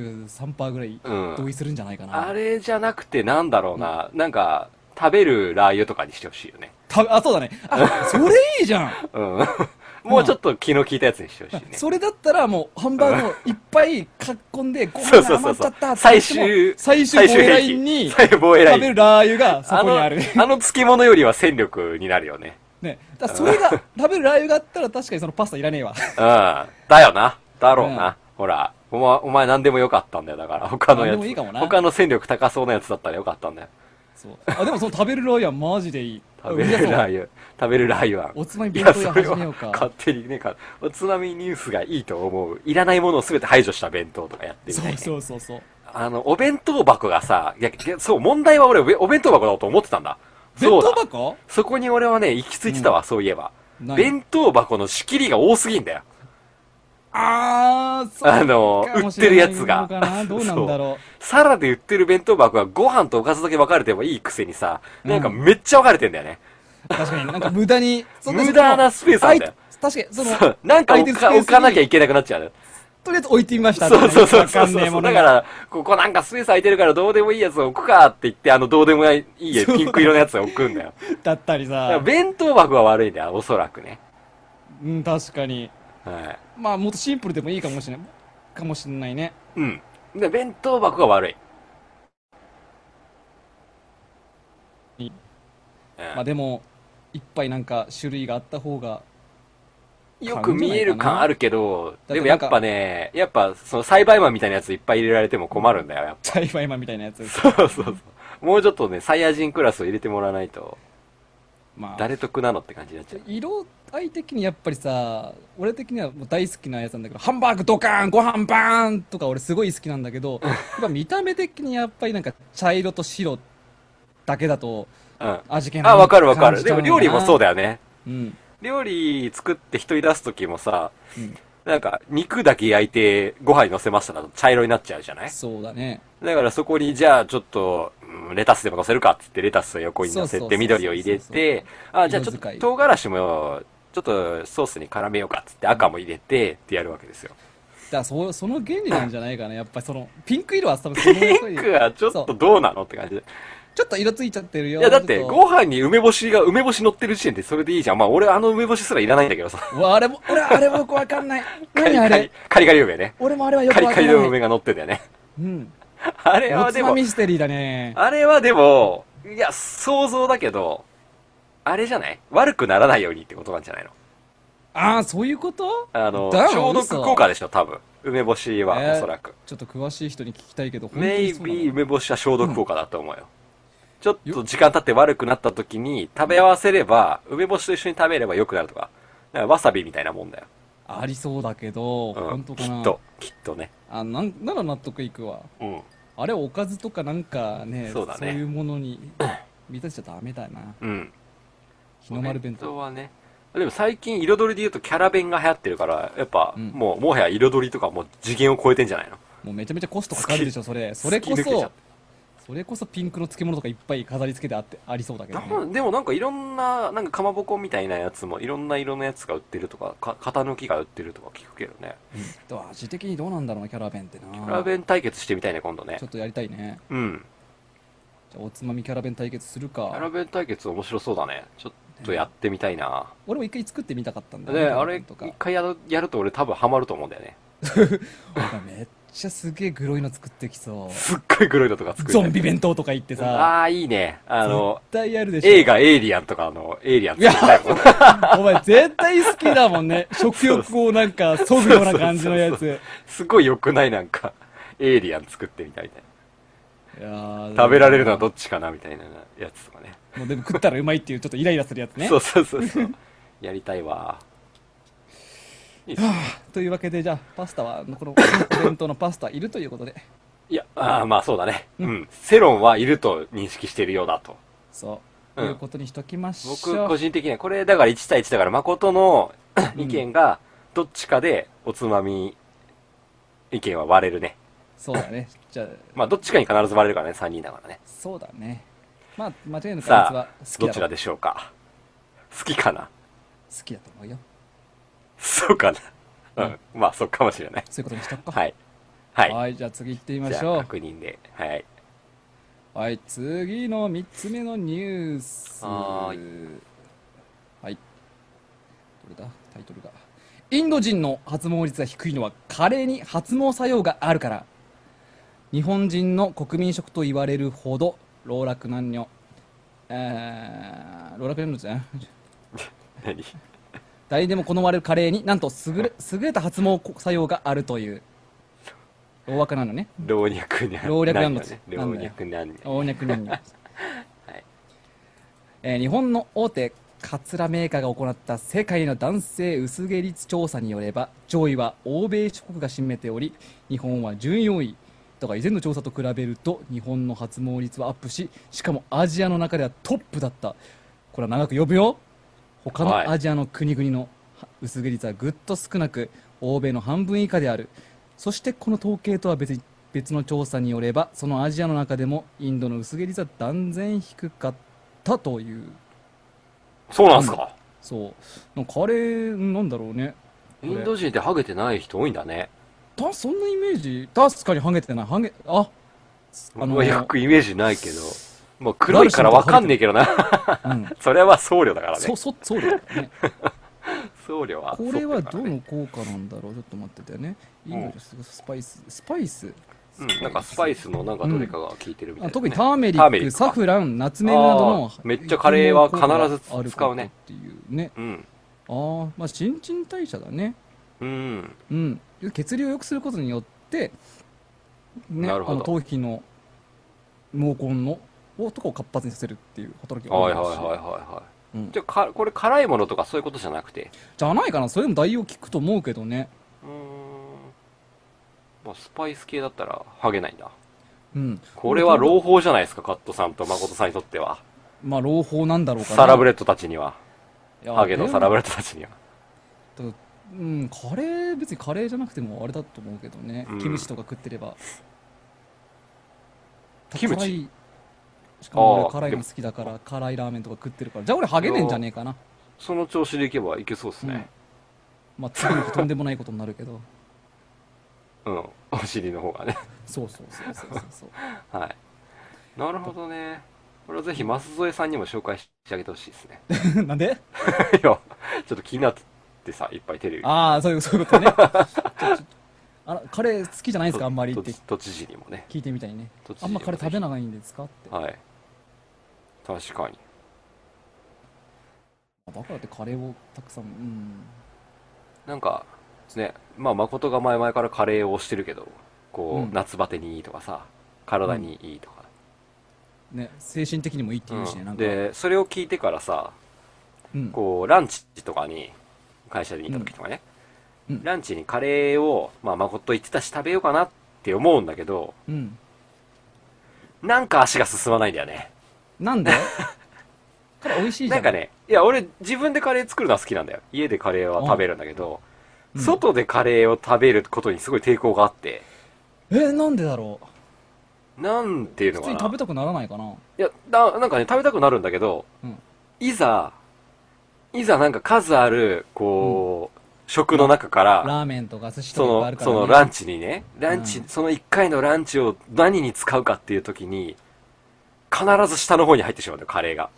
93% ぐらい同意するんじゃないかな。 あれじゃなくてなんだろうな。なんか、食べるラー油とかにしてほしいよね。 そうだね。それいいじゃん。 もうちょっと気の利いたやつにしてほしいね。 それだったらもうハンバーグをいっぱい囲んで、ご飯が余っちゃったって最終防衛ラインに食べるラー油がそこにある。 漬物よりは戦力になるよね。 ね。それが、食べるラー油があったら確かにそのパスタいらねえわ。 だよな。だろうな。ほら、お前何でもよかったんだよ。だから他のやつ。他の戦力高そうなやつだったらよかったんだよ。 そう。でもその食べるラー油はマジでいい。 食べるラー油は。 おつまみ弁当屋始めようか。 勝手にね、おつまみニュースがいいと思う。いらないものをすべて排除した弁当とかやってみたい、ね。 そう。 お弁当箱がさ、そう、問題は俺、お弁当箱だと思ってたんだ。 弁当箱？ そこに俺はね、行き着いてたわ、そういえば。弁当箱の仕切りが多すぎんだよ。売ってるやつが。 どうなんだろう。サラで売ってる弁当箱はご飯とおかずだけ分かれてもいいくせにさ、なんかめっちゃ分かれてんだよね。 確かになんか無駄に、 無駄なスペースあんだよ。 確かに、 なんか置かなきゃいけなくなっちゃう。 とりあえず置いてみました。 そう。だから、ここなんかスペース空いてるからどうでもいいやつ置くかって言って、どうでもいいやピンク色のやつを置くんだよ。 だったりさ。 弁当箱が悪いんだよ、おそらくね。 確かに。 はい。 まあ、もっとシンプルでもいいかもしれないね。 で、弁当箱が悪い。 まあでも、いっぱいなんか種類があった方が、 よく見える感あるけど、でもやっぱね、その栽培マンみたいなやついっぱい入れられても困るんだよ、やっぱ。 栽培マンみたいなやつ。 そう。もうちょっとね、サイヤ人クラスを入れてもらわないと、まあ、誰得なのって感じになっちゃう。 色合い的にやっぱりさ、俺的にはもう大好きなやつなんだけど、ハンバーグドカーンご飯バーンとか俺すごい好きなんだけど、やっぱ見た目的にやっぱりなんか茶色と白だけだと、 味気ない。わかるわかる。でも料理もそうだよね。 うん。 料理作って人に出すときもさ、なんか肉だけ焼いてご飯に乗せましたら茶色になっちゃうじゃない？ そうだね。 だからそこにじゃあちょっと、レタスでも乗せるかっつってレタスを横に乗せて緑を入れて、じゃあちょっと唐辛子もちょっとソースに絡めようかっつって赤も入れてってやるわけですよ。 だからその原理なんじゃないかな。やっぱりその、ピンク色は多分そのピンクはちょっとどうなのって感じで。 ちょっと色ついちゃってるよ。 いやだってご飯に梅干し乗ってる時点でそれでいいじゃん。まあ俺梅干しすらいらないんだけどさ。 あれもよくわかんない。何あれカリカリ梅ね。 俺もあれはよくわかんない。 カリカリの梅が乗ってたよね。 うん。 あれはでも。 ミステリーだね。 あれはでも、いや、想像だけど、あれじゃない悪くならないようにってことなんじゃないの？ ああ、そういうこと？ 消毒効果でしょ、多分。梅干しは、おそらく。 ちょっと詳しい人に聞きたいけど、 メイビー梅干しは消毒効果だと思うよ。ちょっと時間経って悪くなった時に食べ合わせれば、梅干しと一緒に食べれば良くなるとか。だからわさびみたいなもんだよ。 ありそうだけど、本当かな。 きっとね。 なら納得いくわ。 うん。 あれおかずとかなんかね、 そういうものに満たしちゃダメだよな。 うん。 日の丸弁当はね。でも最近彩りで言うとキャラ弁が流行ってるから、やっぱ、もはや彩りとかもう次元を超えてんじゃないの？ もうめちゃめちゃコストかかるでしょ、それこそピンクの漬物とかいっぱい飾り付けてありそうだけどね。 でもなんかいろんな、なんかかまぼこみたいなやつもいろんな色のやつが売ってるとか、型抜きが売ってるとか聞くけどね。 味的にどうなんだろうな、キャラ弁ってな。 キャラ弁対決してみたいね、今度ね。 ちょっとやりたいね。 うん。 じゃあおつまみキャラ弁対決するか。 キャラ弁対決面白そうだね。ちょっとやってみたいな。 俺も一回作ってみたかったんだよね。あれ一回やると俺多分ハマると思うんだよね。 めっちゃすげえグロいの作ってきそう。 すっごいグロいのとか作る。 ゾンビ弁当とか言ってさ。 いいね。 絶対やるでしょ。 映画エイリアンとかエイリアン作りたいもん。 お前絶対好きだもんね。食欲をなんか削ぐような感じのやつ。 すごい良くないなんか、エイリアン作ってみたいな。食べられるのはどっちかなみたいなやつとかね。 もうでも食ったらうまいっていうちょっとイライラするやつね。 そう。やりたいわ。 というわけで、じゃあ、パスタは、このお弁当のパスタいるということで。 いや、まあそうだね。うん。世論はいると認識しているようだと。 そう。ということにしときましょう。 僕、個人的には、これだから1対1だから、誠の意見が、どっちかで、おつまみ意見は割れるね。 そうだね。じゃあ。 まあ、どっちかに必ず割れるからね、3人だからね。 そうだね。まあ、間違いなくさあ、どちらでしょうか。好きかな？ 好きだと思うよ。 そうかな。うん。まあ、そうかもしれない。 そういうことにしとくか。 はい。 はい。じゃあ次行ってみましょう。 確認で。はい。 はい、次の3つ目のニュース。はい。どれだ？タイトルが。インド人の発毛率が低いのは加齢に発毛作用があるから。日本人の国民食と言われるほど老若男女、老若男女ですね。 何？ 誰でも好まれる加齢になんと優れた発毛作用があるという。老若男女ね。 老若男女。 老若男女。 老若男女。 老若男女。 はい。 日本の大手カツラメーカーが行った世界の男性薄毛率調査によれば、上位は欧米諸国が占めており、日本は14位。だから以前の調査と比べると日本の発毛率はアップし、しかもアジアの中ではトップだった。これは長く呼ぶよ。他のアジアの国々の薄毛率はぐっと少なく、欧米の半分以下である。そしてこの統計とは別の調査によれば、そのアジアの中でもインドの薄毛率は断然低かったという。 そうなんすか？ そう。カレーなんだろうね。 インド人ってハゲてない人多いんだね。 そんなイメージ、確かにハゲてない。 よくイメージないけど、もう黒いからわかんねえけどな。うん、それは僧侶だからね。 僧侶だからね。 僧侶は。 これはどの効果なんだろう。ちょっと待っててね。インドですスパイス。 うん、なんかスパイスのなんかどれかが効いてるみたいな、ね。 特にターメリック、サフラン、ナツメグなどの。 めっちゃカレーは必ず使うね。 っていうね。 うん。 まあ新陳代謝だね。 うん。 うん。血流を良くすることによって、ね、頭皮の毛根のとかを活発にさせるっていう働きがあるらしい。 はい。じゃあこれ辛いものとかそういうことじゃなくて？ じゃないかな。それでも代用効くと思うけどね。 まあ、スパイス系だったらハゲないんだ。 うん。 これは朗報じゃないですか、カットさんと誠さんにとっては。 まあ、朗報なんだろうかな。 サラブレッドたちには。ハゲのサラブレッドたちには。 うん、カレー、別にカレーじゃなくてもあれだと思うけどね。キムチとか食ってれば。 キムチしかも俺辛いの好きだから、辛いラーメンとか食ってるから。じゃあ俺ハゲねんじゃねえかな。 その調子でいけばいけそうですね。 まあ、次の日とんでもないことになるけど。 うん、お尻の方がね。 そう。 はい。なるほどね。これはぜひ、舛添さんにも紹介してあげてほしいですね。 なんでいや、ちょっと気になってさ、いっぱいテレビ。 ああ、そういうことね。カレー好きじゃないですか、あんまりって。 都知事にもね。 聞いてみたいね。あんまカレー食べないんですかって。 はい。確かに。 だからってカレーをたくさん、 なんか、ね、まあ、誠が前々からカレーを推してるけど、こう、夏バテにいいとかさ、体にいいとか。 ね、精神的にもいいって言うしね、なんか。 で、それを聞いてからさ、こう、ランチとかに、会社でいた時とかね、ランチにカレーを、まあ、誠言ってたし食べようかなって思うんだけど、なんか足が進まないんだよね。 なんでカレー美味しいじゃん。 なんかね、いや、俺自分でカレー作るのは好きなんだよ。家でカレーは食べるんだけど、外でカレーを食べることにすごい抵抗があって。 なんでだろう。 なんていうのかな。 普通に食べたくならないかな。いや、なんかね、食べたくなるんだけど、いざなんか数ある、こう、食の中から、 ラーメンとか寿司とかあるからね。 そのランチにね、その1回のランチを何に使うかっていう時に、必ず下の方に入ってしまうんだよ、カレーが。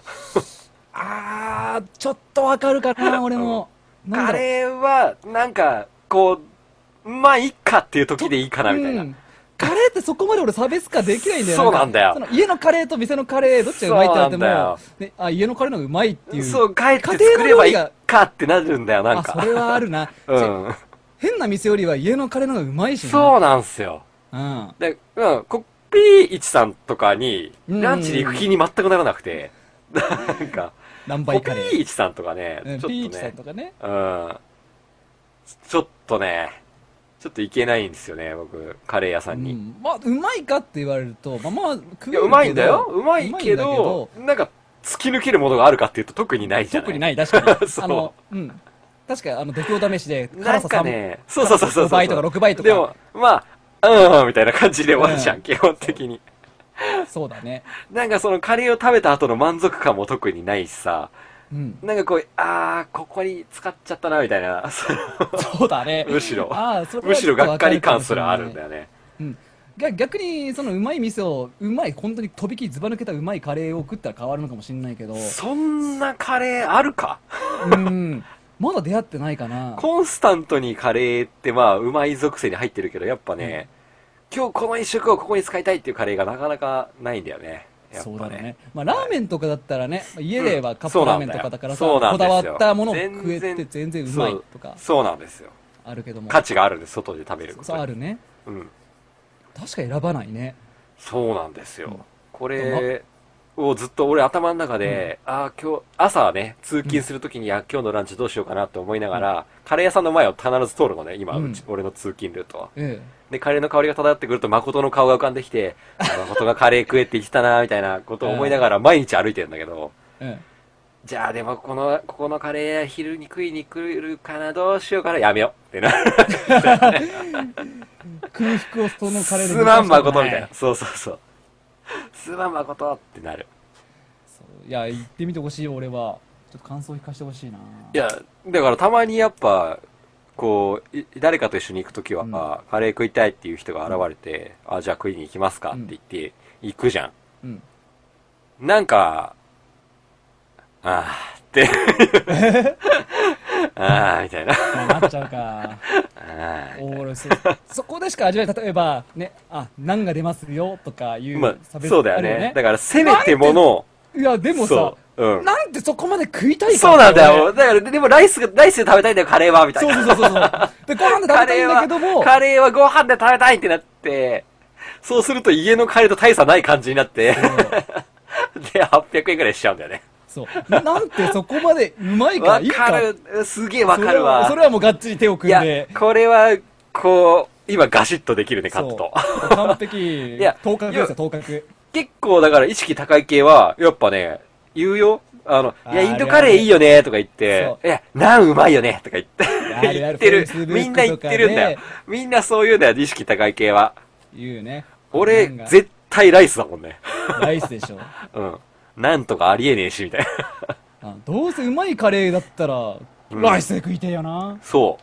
ちょっとわかるかな、俺も。 カレーは、なんか、こう、まあ、いっかっていう時でいいかな、みたいな。 カレーってそこまで俺差別化できないんだよ。 そうなんだよ。 家のカレーと店のカレー、どっちがうまいってなっても、ね、家のカレーの方がうまいっていう。 そう、帰って作ればいいかってなるんだよ、なんか。 それはあるな。変な店よりは家のカレーの方がうまいしね。 そうなんすよ。で、ピー1さんとかに、ランチに行く気に全くならなくて、なんか、 何倍カレー。 ピー1さんとかね、 ちょっとね。ピー1さんとかね。 ちょっとね、ちょっといけないんですよね、僕、カレー屋さんに。 まあ、うまいかって言われると、まあ、 食うけど。いや、うまいんだよ。うまいけど、なんか、突き抜けるものがあるかっていうと特にないじゃない。 特にない、確かに。 そう。 確かに、度胸試しで、 辛さ3倍。そう。5 倍とか6倍とか。 でも、まあ、みたいな感じで終わるじゃん、基本的に。 そうだね。 なんかそのカレーを食べた後の満足感も特にないしさ、なんかこう、ここに使っちゃったな、みたいな。 そうだね。 むしろがっかり感すらあるんだよね。 逆に、そのうまい店を、本当にとびきりずば抜けたうまいカレーを食ったら変わるのかもしれないけど。 そんなカレーあるかまだ出会ってないかな。 コンスタントにカレーってまあ、うまい属性に入ってるけど、やっぱね、今日この一食をここに使いたいっていうカレーがなかなかないんだよね。 そうだね。まあ、ラーメンとかだったらね、家ではカップラーメンとかだからさ、こだわったものを食えて全然うまいとか。 そうなんですよ。 あるけども。 価値があるんです、外で食べること。 そう、あるね。確か選ばないね。 そうなんですよ。これをずっと俺頭の中で、今日、朝ね、通勤するときに、今日のランチどうしようかなって思いながら、カレー屋さんの前を必ず通るのね、今、俺の通勤ルートは。で、カレーの香りが漂ってくると、誠の顔が浮かんできて、誠がカレー食えって言ってたな、みたいなことを思いながら毎日歩いてるんだけど、じゃあでもここのカレー昼に食いに来るかな、どうしようかな、やめようってなる。 空腹をそのカレーですまん誠みたいな。そう。すまん誠ってなる。 いや、行ってみてほしいよ、俺は。ちょっと感想を聞かせてほしいな。 いや、だからたまにやっぱ、こう、誰かと一緒に行くときは、カレー食いたいっていう人が現れて、じゃあ食いに行きますかって言って、行くじゃん。なんか、ってみたいな。 なっちゃうか。俺、そこでしか味わえない。例えば、ね、ナンが出ますよとかいう差別。そうだよね。だから、せめてものいや、でもさ、なんでそこまで食いたいか。 そうなんだよ。だから、でもライスで食べたいんだよ、カレーは、みたいな。 そう。で、ご飯で食べたいんだけども。 カレーはご飯で食べたいってなって、そうすると家のカレーと大差ない感じになって、で、800円くらいしちゃうんだよね。 そう。なんてそこまでうまいかいいか。 わかる。すげえわかるわ。 それはもうがっちり手を組んで。 いや、これは、こう、今ガシッとできるね、カット。 完璧。いや、頭角ですよ、頭角。 結構だから意識高い系は、やっぱね、 言うよ。いや、インドカレーいいよね、とか言って、いや、ナンうまいよね、とか言って。言ってる。みんな言ってるんだよ。みんなそう言うんだよ、意識高い系は。 言うね。 俺、絶対ライスだもんね。 ライスでしょ。 うん。なんとかありえねえし、みたいな。どうせうまいカレーだったら、ライスで食いてえよな。 そう。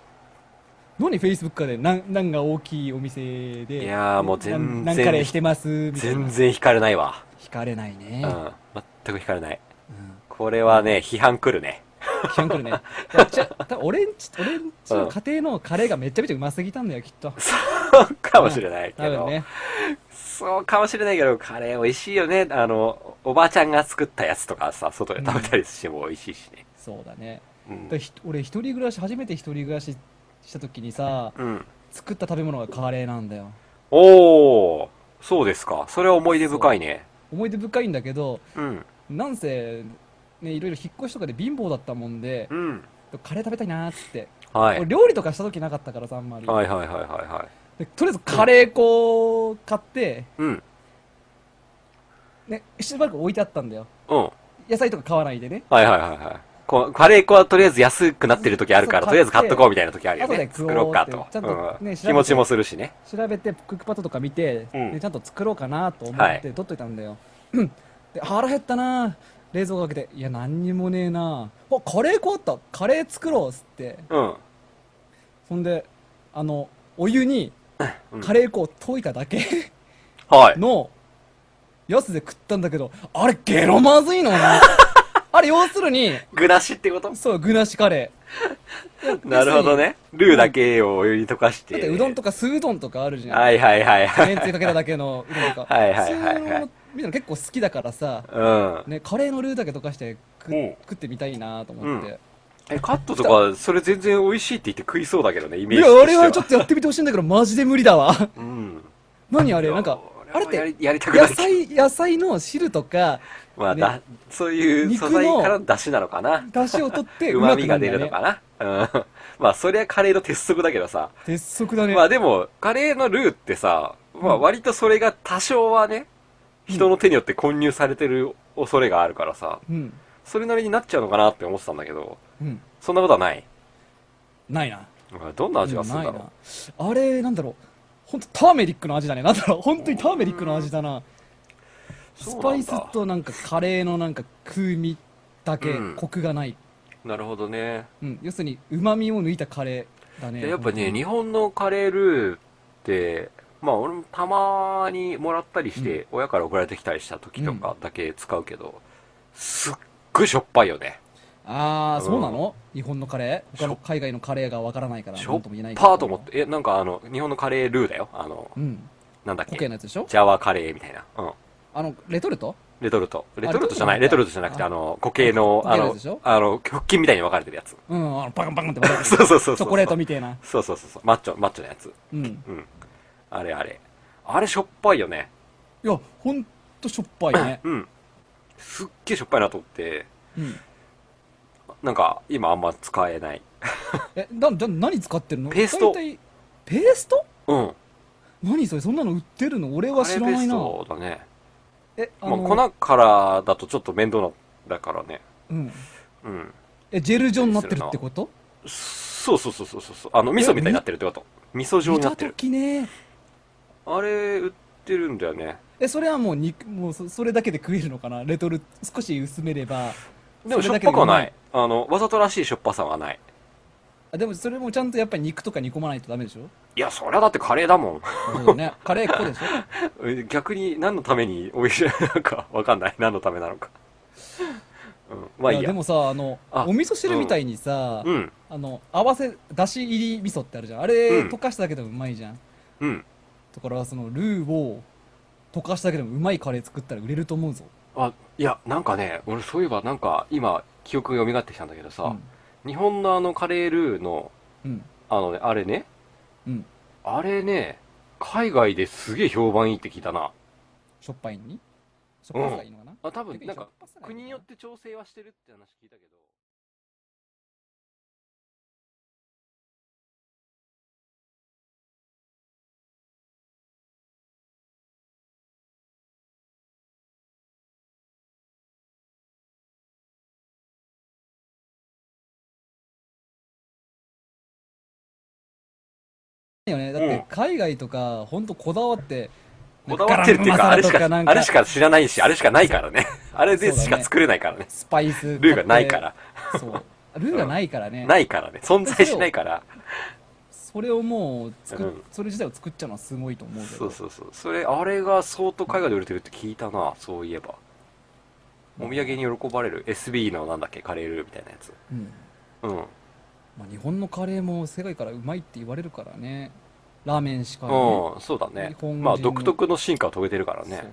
何フェイスブックでなんが大きいお店で。 いやーもう全然。 何カレーしてますみたいな。 全然惹かれないわ。 惹かれないね。 うん。全く惹かれない。これはね、批判来るね。 批判来るね。俺んちの家庭のカレーがめちゃめちゃうますぎたんだよ、きっと。 そうかもしれないけど。 多分ね。 そうかもしれないけど、カレー美味しいよね。おばあちゃんが作ったやつとかさ、外で食べたりしても美味しいしね。 そうだね。俺初めて一人暮らしした時にさ、作った食べ物がカレーなんだよ。 おー、そうですか。それは思い出深いね。 思い出深いんだけど、なんせ、ね、いろいろ引っ越しとかで貧乏だったもんで、カレー食べたいなーって。俺料理とかした時なかったからさ、あんまり。 はいはいはいはいでとりあえずカレー粉を買って、ね、しばらく置いてあったんだよ。野菜とか買わないでね。 はいはいはいはい。カレー粉はとりあえず安くなってる時あるから、とりあえず買っとこうみたいな時あるよね。作ろうかと。 ちゃんとね、 気持ちもするしね。 調べて、クックパッドとか見て、ちゃんと作ろうかなと思って取っといたんだよ。で、腹減ったな冷蔵庫開けて、いや、何にもねえなカレー粉あった。カレー作ろうっつって。そんで、お湯に、カレー粉を溶いただけのやつで食ったんだけど、あれゲロまずいのな。あれ要するに、 具なしってこと？ そう、具なしカレー。なるほどね。ルーだけをお湯に溶かして。 だってうどんとか酢うどんとかあるじゃん。 はいはいはい。 めんつゆかけただけのうどんとか。 はいはいはい。 みたいな結構好きだからさ、ね、カレーのルーだけ溶かして食ってみたいなと思って。 カットとか、それ全然美味しいって言って食いそうだけどね、イメージ。 いや、あれはちょっとやってみてほしいんだけど、マジで無理だわ。何あれなんか、あれって野菜の汁とか、 まあそういう素材からの出汁なのかな。 出汁を取って旨味が出るのかな。まあそりゃカレーの鉄則だけどさ。 鉄則だね。 まあでも、カレーのルーってさ、まあ割とそれが多少はね、人の手によって混入されてる恐れがあるからさ、それなりになっちゃうのかなって思ってたんだけど、そんなことはない。 ないな。 どんな味がするんだろう。あれ、なんだろう。本当ターメリックの味だね。なんだろう。本当にターメリックの味だな。スパイスとなんかカレーのなんか風味だけ、コクがない。 なるほどね。 要するに旨味を抜いたカレーだね。 やっぱね、日本のカレールーって、まあ俺もたまにもらったりして、親から送られてきたりした時とかだけ使うけど、すっごいしょっぱいよね。 ああ、そうなの？日本のカレー？他の海外のカレーがわからないから、 しょっぱーと思って。なんか日本のカレールーだよ。なんだっけ？ 固形のやつでしょ？ ジャワカレーみたいな。 レトルトじゃない。レトルトじゃなくて、固形の、腹筋みたいに分かれてるやつ。 パカンパカンって分かれてる。そう。チョコレートみたいな。 そう。マッチョのやつ。あれ。あれしょっぱいよね。 いや、ほんとしょっぱいね。 すっげえしょっぱいなと思って。なんか、今あんま使えない。 何使ってるの？ ペースト。 ペースト？何それ？そんなの売ってるの？俺は知らないな。 そうだね。まあ、粉からだとちょっと面倒だからね。 ジェル状になってるってこと？ そう。味噌みたいになってるってこと。味噌状になってる。 見た時ね。 あれ、売ってるんだよね。 それはもうそれだけで食えるのかな？少し薄めれば。 でもしょっぱくはない。わざとらしいしょっぱさはない。 でもそれもちゃんとやっぱり肉とか煮込まないとダメでしょ？ いや、それはだってカレーだもん。 そうね。カレー粉でしょ？逆に何のために美味しいなんかわかんない。何のためなのか。まあいいや。 でもさ、お味噌汁みたいにさ、だし入り味噌ってあるじゃん。あれ、溶かしただけでもうまいじゃん。だからそのルーを溶かしただけでもうまいカレー作ったら売れると思うぞ。 いや、なんかね、俺そういえばなんか今記憶が蘇ってきたんだけどさ、日本のカレールーの、あれね、あれね、海外ですげえ評判いいって聞いたな。 しょっぱいに？しょっぱさがいいのかな？ 多分なんか国によって調整はしてるって話聞いたけど。 よね。だって海外とかほんとこだわってこだわってるっていうか、あれしか知らないし、あれしかないからね。あれでしか作れないからね。 スパイスルーがないから。 そう。ルーがないからね。 ないからね。存在しないから。 それをもうそれ自体を作っちゃうのはすごいと思うけど。 そう。あれが相当海外で売れてるって聞いたな、そういえば。お土産に喜ばれる SB のなんだっけ、カレールーみたいなやつ。 まあ、日本のカレーも世界からうまいって言われるからね。ラーメンしかね。 そうだね。まあ独特の進化を遂げてるからね。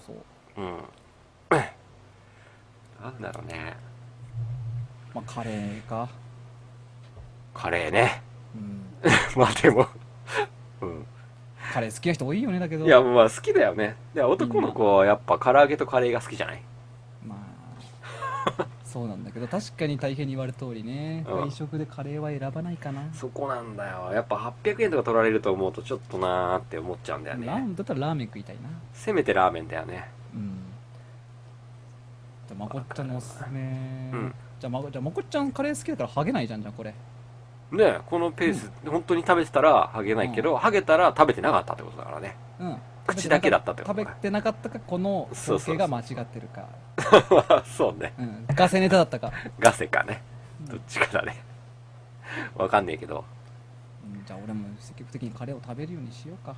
なんだろうね。 まあカレーか。 カレーね。まあでもカレー好きな人多いよね、だけど。 いや、まあ好きだよね。で、男の子はやっぱ唐揚げとカレーが好きじゃない？ まあ、そうなんだけど、確かに大変に言われた通りね、外食でカレーは選ばないかな。 そこなんだよ。やっぱ800円とか取られると思うとちょっとなーって思っちゃうんだよね。 だったらラーメン食いたいな。 せめてラーメンだよね。 じゃあまこっちゃんのおすすめ。じゃあまこっちゃんカレー好きだからハゲないじゃん、じゃあこれ。 ね、このペース、本当に食べてたらハゲないけど、ハゲたら食べてなかったってことだからね。口だけだったってことだ。 食べてなかったか、この統計が間違ってるか。 そうね。 ガセネタだったか。 ガセかね。どっちかだね。わかんねえけど。 じゃあ俺も積極的にカレーを食べるようにしようか。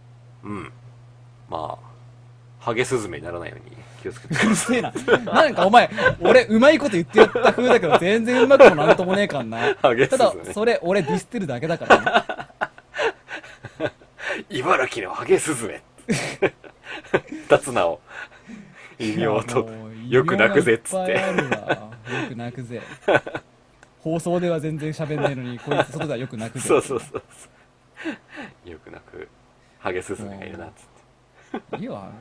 まあ、ハゲスズメにならないように気をつけて。 うるせえな。なんかお前、俺うまいこと言ってやった風だけど全然うまくもなんともねえかんな。 ハゲスズメ。 ただ、それ俺ディスってるだけだからね。茨城のハゲスズメ。二つ名を。異名と、よく泣くぜっつって。 よく泣くぜ。放送では全然喋んないのに、こいつ外ではよく泣くぜ。 そう。よく泣く、ハゲスズメがいるなっつって。 いいよ、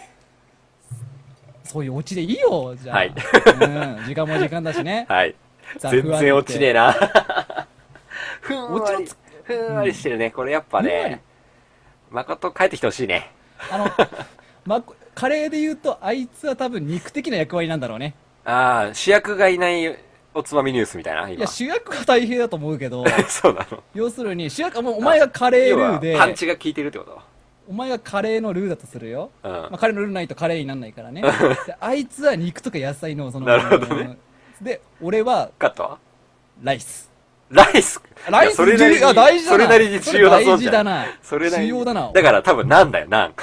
そういうオチでいいよ、じゃあ。 はい。 時間も時間だしね。 はい。全然落ちねえな。ふんわりしてるね。これやっぱね、誠帰ってきてほしいね。 カレーで言うと、あいつは多分肉的な役割なんだろうね。 主役がいないおつまみニュースみたいな。 いや、主役が大変だと思うけど。 そうなの。 要するに、主役はもうお前がカレールーで。 パンチが効いてるってこと？ お前がカレーのルーだとするよ。まあ、カレーのルーないとカレーにならないからね。あいつは肉とか野菜の、 なるほどね。 で、俺は、 カットはライス。 ライスそれなりに大事だな。 それなりに重要だそうじゃん。 大事だな。 それなりに。 重要だな。 だから多分なんだよ、なん。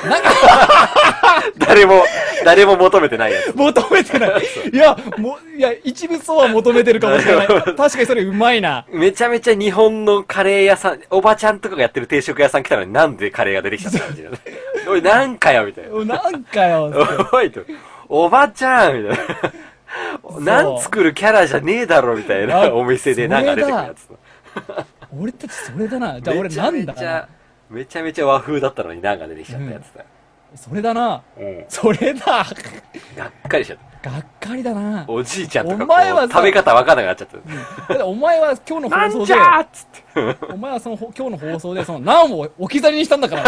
誰も求めてないやつ。 求めてない。いや、一部層は求めてるかもしれない。確かにそれうまいな。 めちゃめちゃ日本のカレー屋さん、おばちゃんとかがやってる定食屋さん来たのになんでカレーが出てきたって感じだね。おい、なんかよ、みたいな。 なんかよ。 おいと、おばちゃんみたいな。なん作るキャラじゃねえだろ、みたいなお店でなんか出てくるやつ。 俺たちそれだな。じゃあ俺なんだめちゃめちゃ和風だったのになんか出てきちゃったやつだ。 それだな。それだ。がっかりしちゃった。 がっかりだな。 おじいちゃんとか食べ方わかんなくなっちゃった。 お前は今日の放送で、お前はその今日の放送でそのナンを置き去りにしたんだから、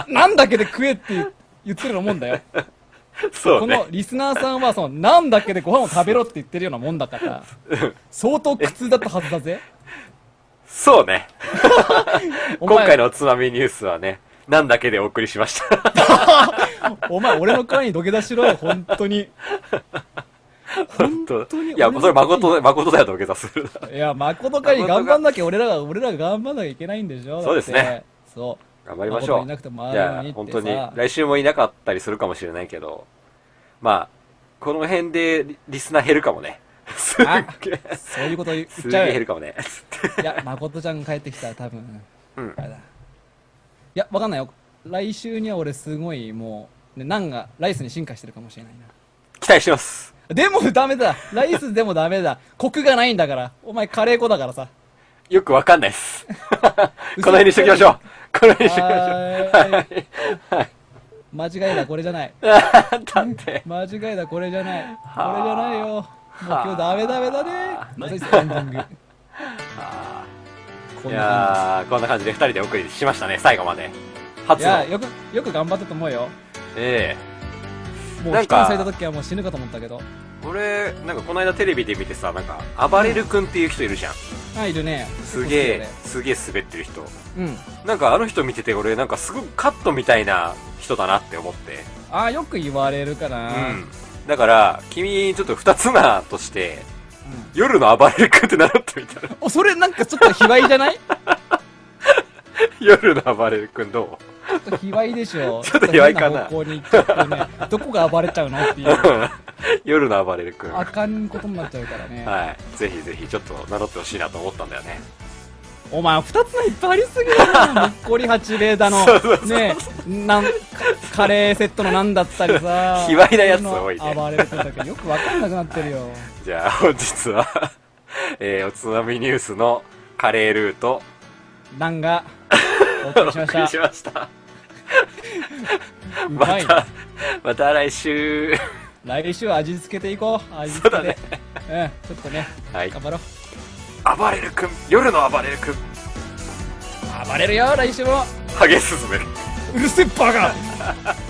ナンだけで食えって言ってるようなもんだよ。 そうこのリスナーさんはそのナンだけでご飯を食べろって言ってるようなもんだから、相当苦痛だったはずだぜ。 そうね。今回のおつまみニュースはね、なんだけでお送りしました。 お前、俺の会に土下座しろよ、本当に。 本当に。いや、それ誠だよ、土下座する。 いや、誠会に頑張んなきゃ俺らが頑張んなきゃいけないんでしょ。 そうですね。 そう。 頑張りましょう。いや、本当に、来週もいなかったりするかもしれないけど、まあ、この辺でリスナー減るかもね。 そういうこと言っちゃう。 すげえ減るかもね。 いや、誠ちゃん帰ってきたら多分、あれだ。いや、わかんないよ。来週には俺すごいもう、ナンがライスに進化してるかもしれないな。 期待してます。 でもダメだ。ライスでもダメだ。コクがないんだから。お前カレー粉だからさ。 よくわかんないっす。この辺にしときましょう。この辺にしときましょう。はい。 間違いだ、これじゃない。 だって。 間違いだ、これじゃない。これじゃないよ。もう今日ダメだね。エンディング。 いやー、こんな感じで2人でお送りしましたね、最後まで。初の。 いや、よく頑張ったと思うよ。 ええ。もう、期間された時はもう死ぬかと思ったけど。 俺、なんかこの間テレビで見てさ、なんか、暴れる君っていう人いるじゃん。 あ、いるね。 すげえ滑ってる人。うん。なんかあの人見てて俺、なんかすごくカットみたいな人だなって思って。 あ、よく言われるかな。 うん。だから、君、ちょっと二つ名として、うん、夜の暴れる君って習ってみたら。 お、それなんかちょっと卑猥じゃない夜の暴れる君どう？ ちょっと卑猥でしょ。 ちょっと卑猥かな。 方向にちょっとね、どこが暴れちゃうのっていう。 夜の暴れる君。 あかんことになっちゃうからね。 はい。ぜひぜひちょっと名乗ってほしいなと思ったんだよね。 お前、二つのいっぱいありすぎるな。もっこり八兵衛だの。ねカレーセットのなんだったりさ。 卑猥なやつ多いね。 暴れる君だけよくわかんなくなってるよ。 じゃあ、本日は、おつまみニュースのカレールーと、 ナンが、お送りしました。 お送りしました。また来週。 来週味付けていこう。味付けて。うん、ちょっとね、はい、頑張ろう。 暴れる君、夜の暴れる君。 暴れるよ、来週も。 ハゲスズメ。 うるせえバカ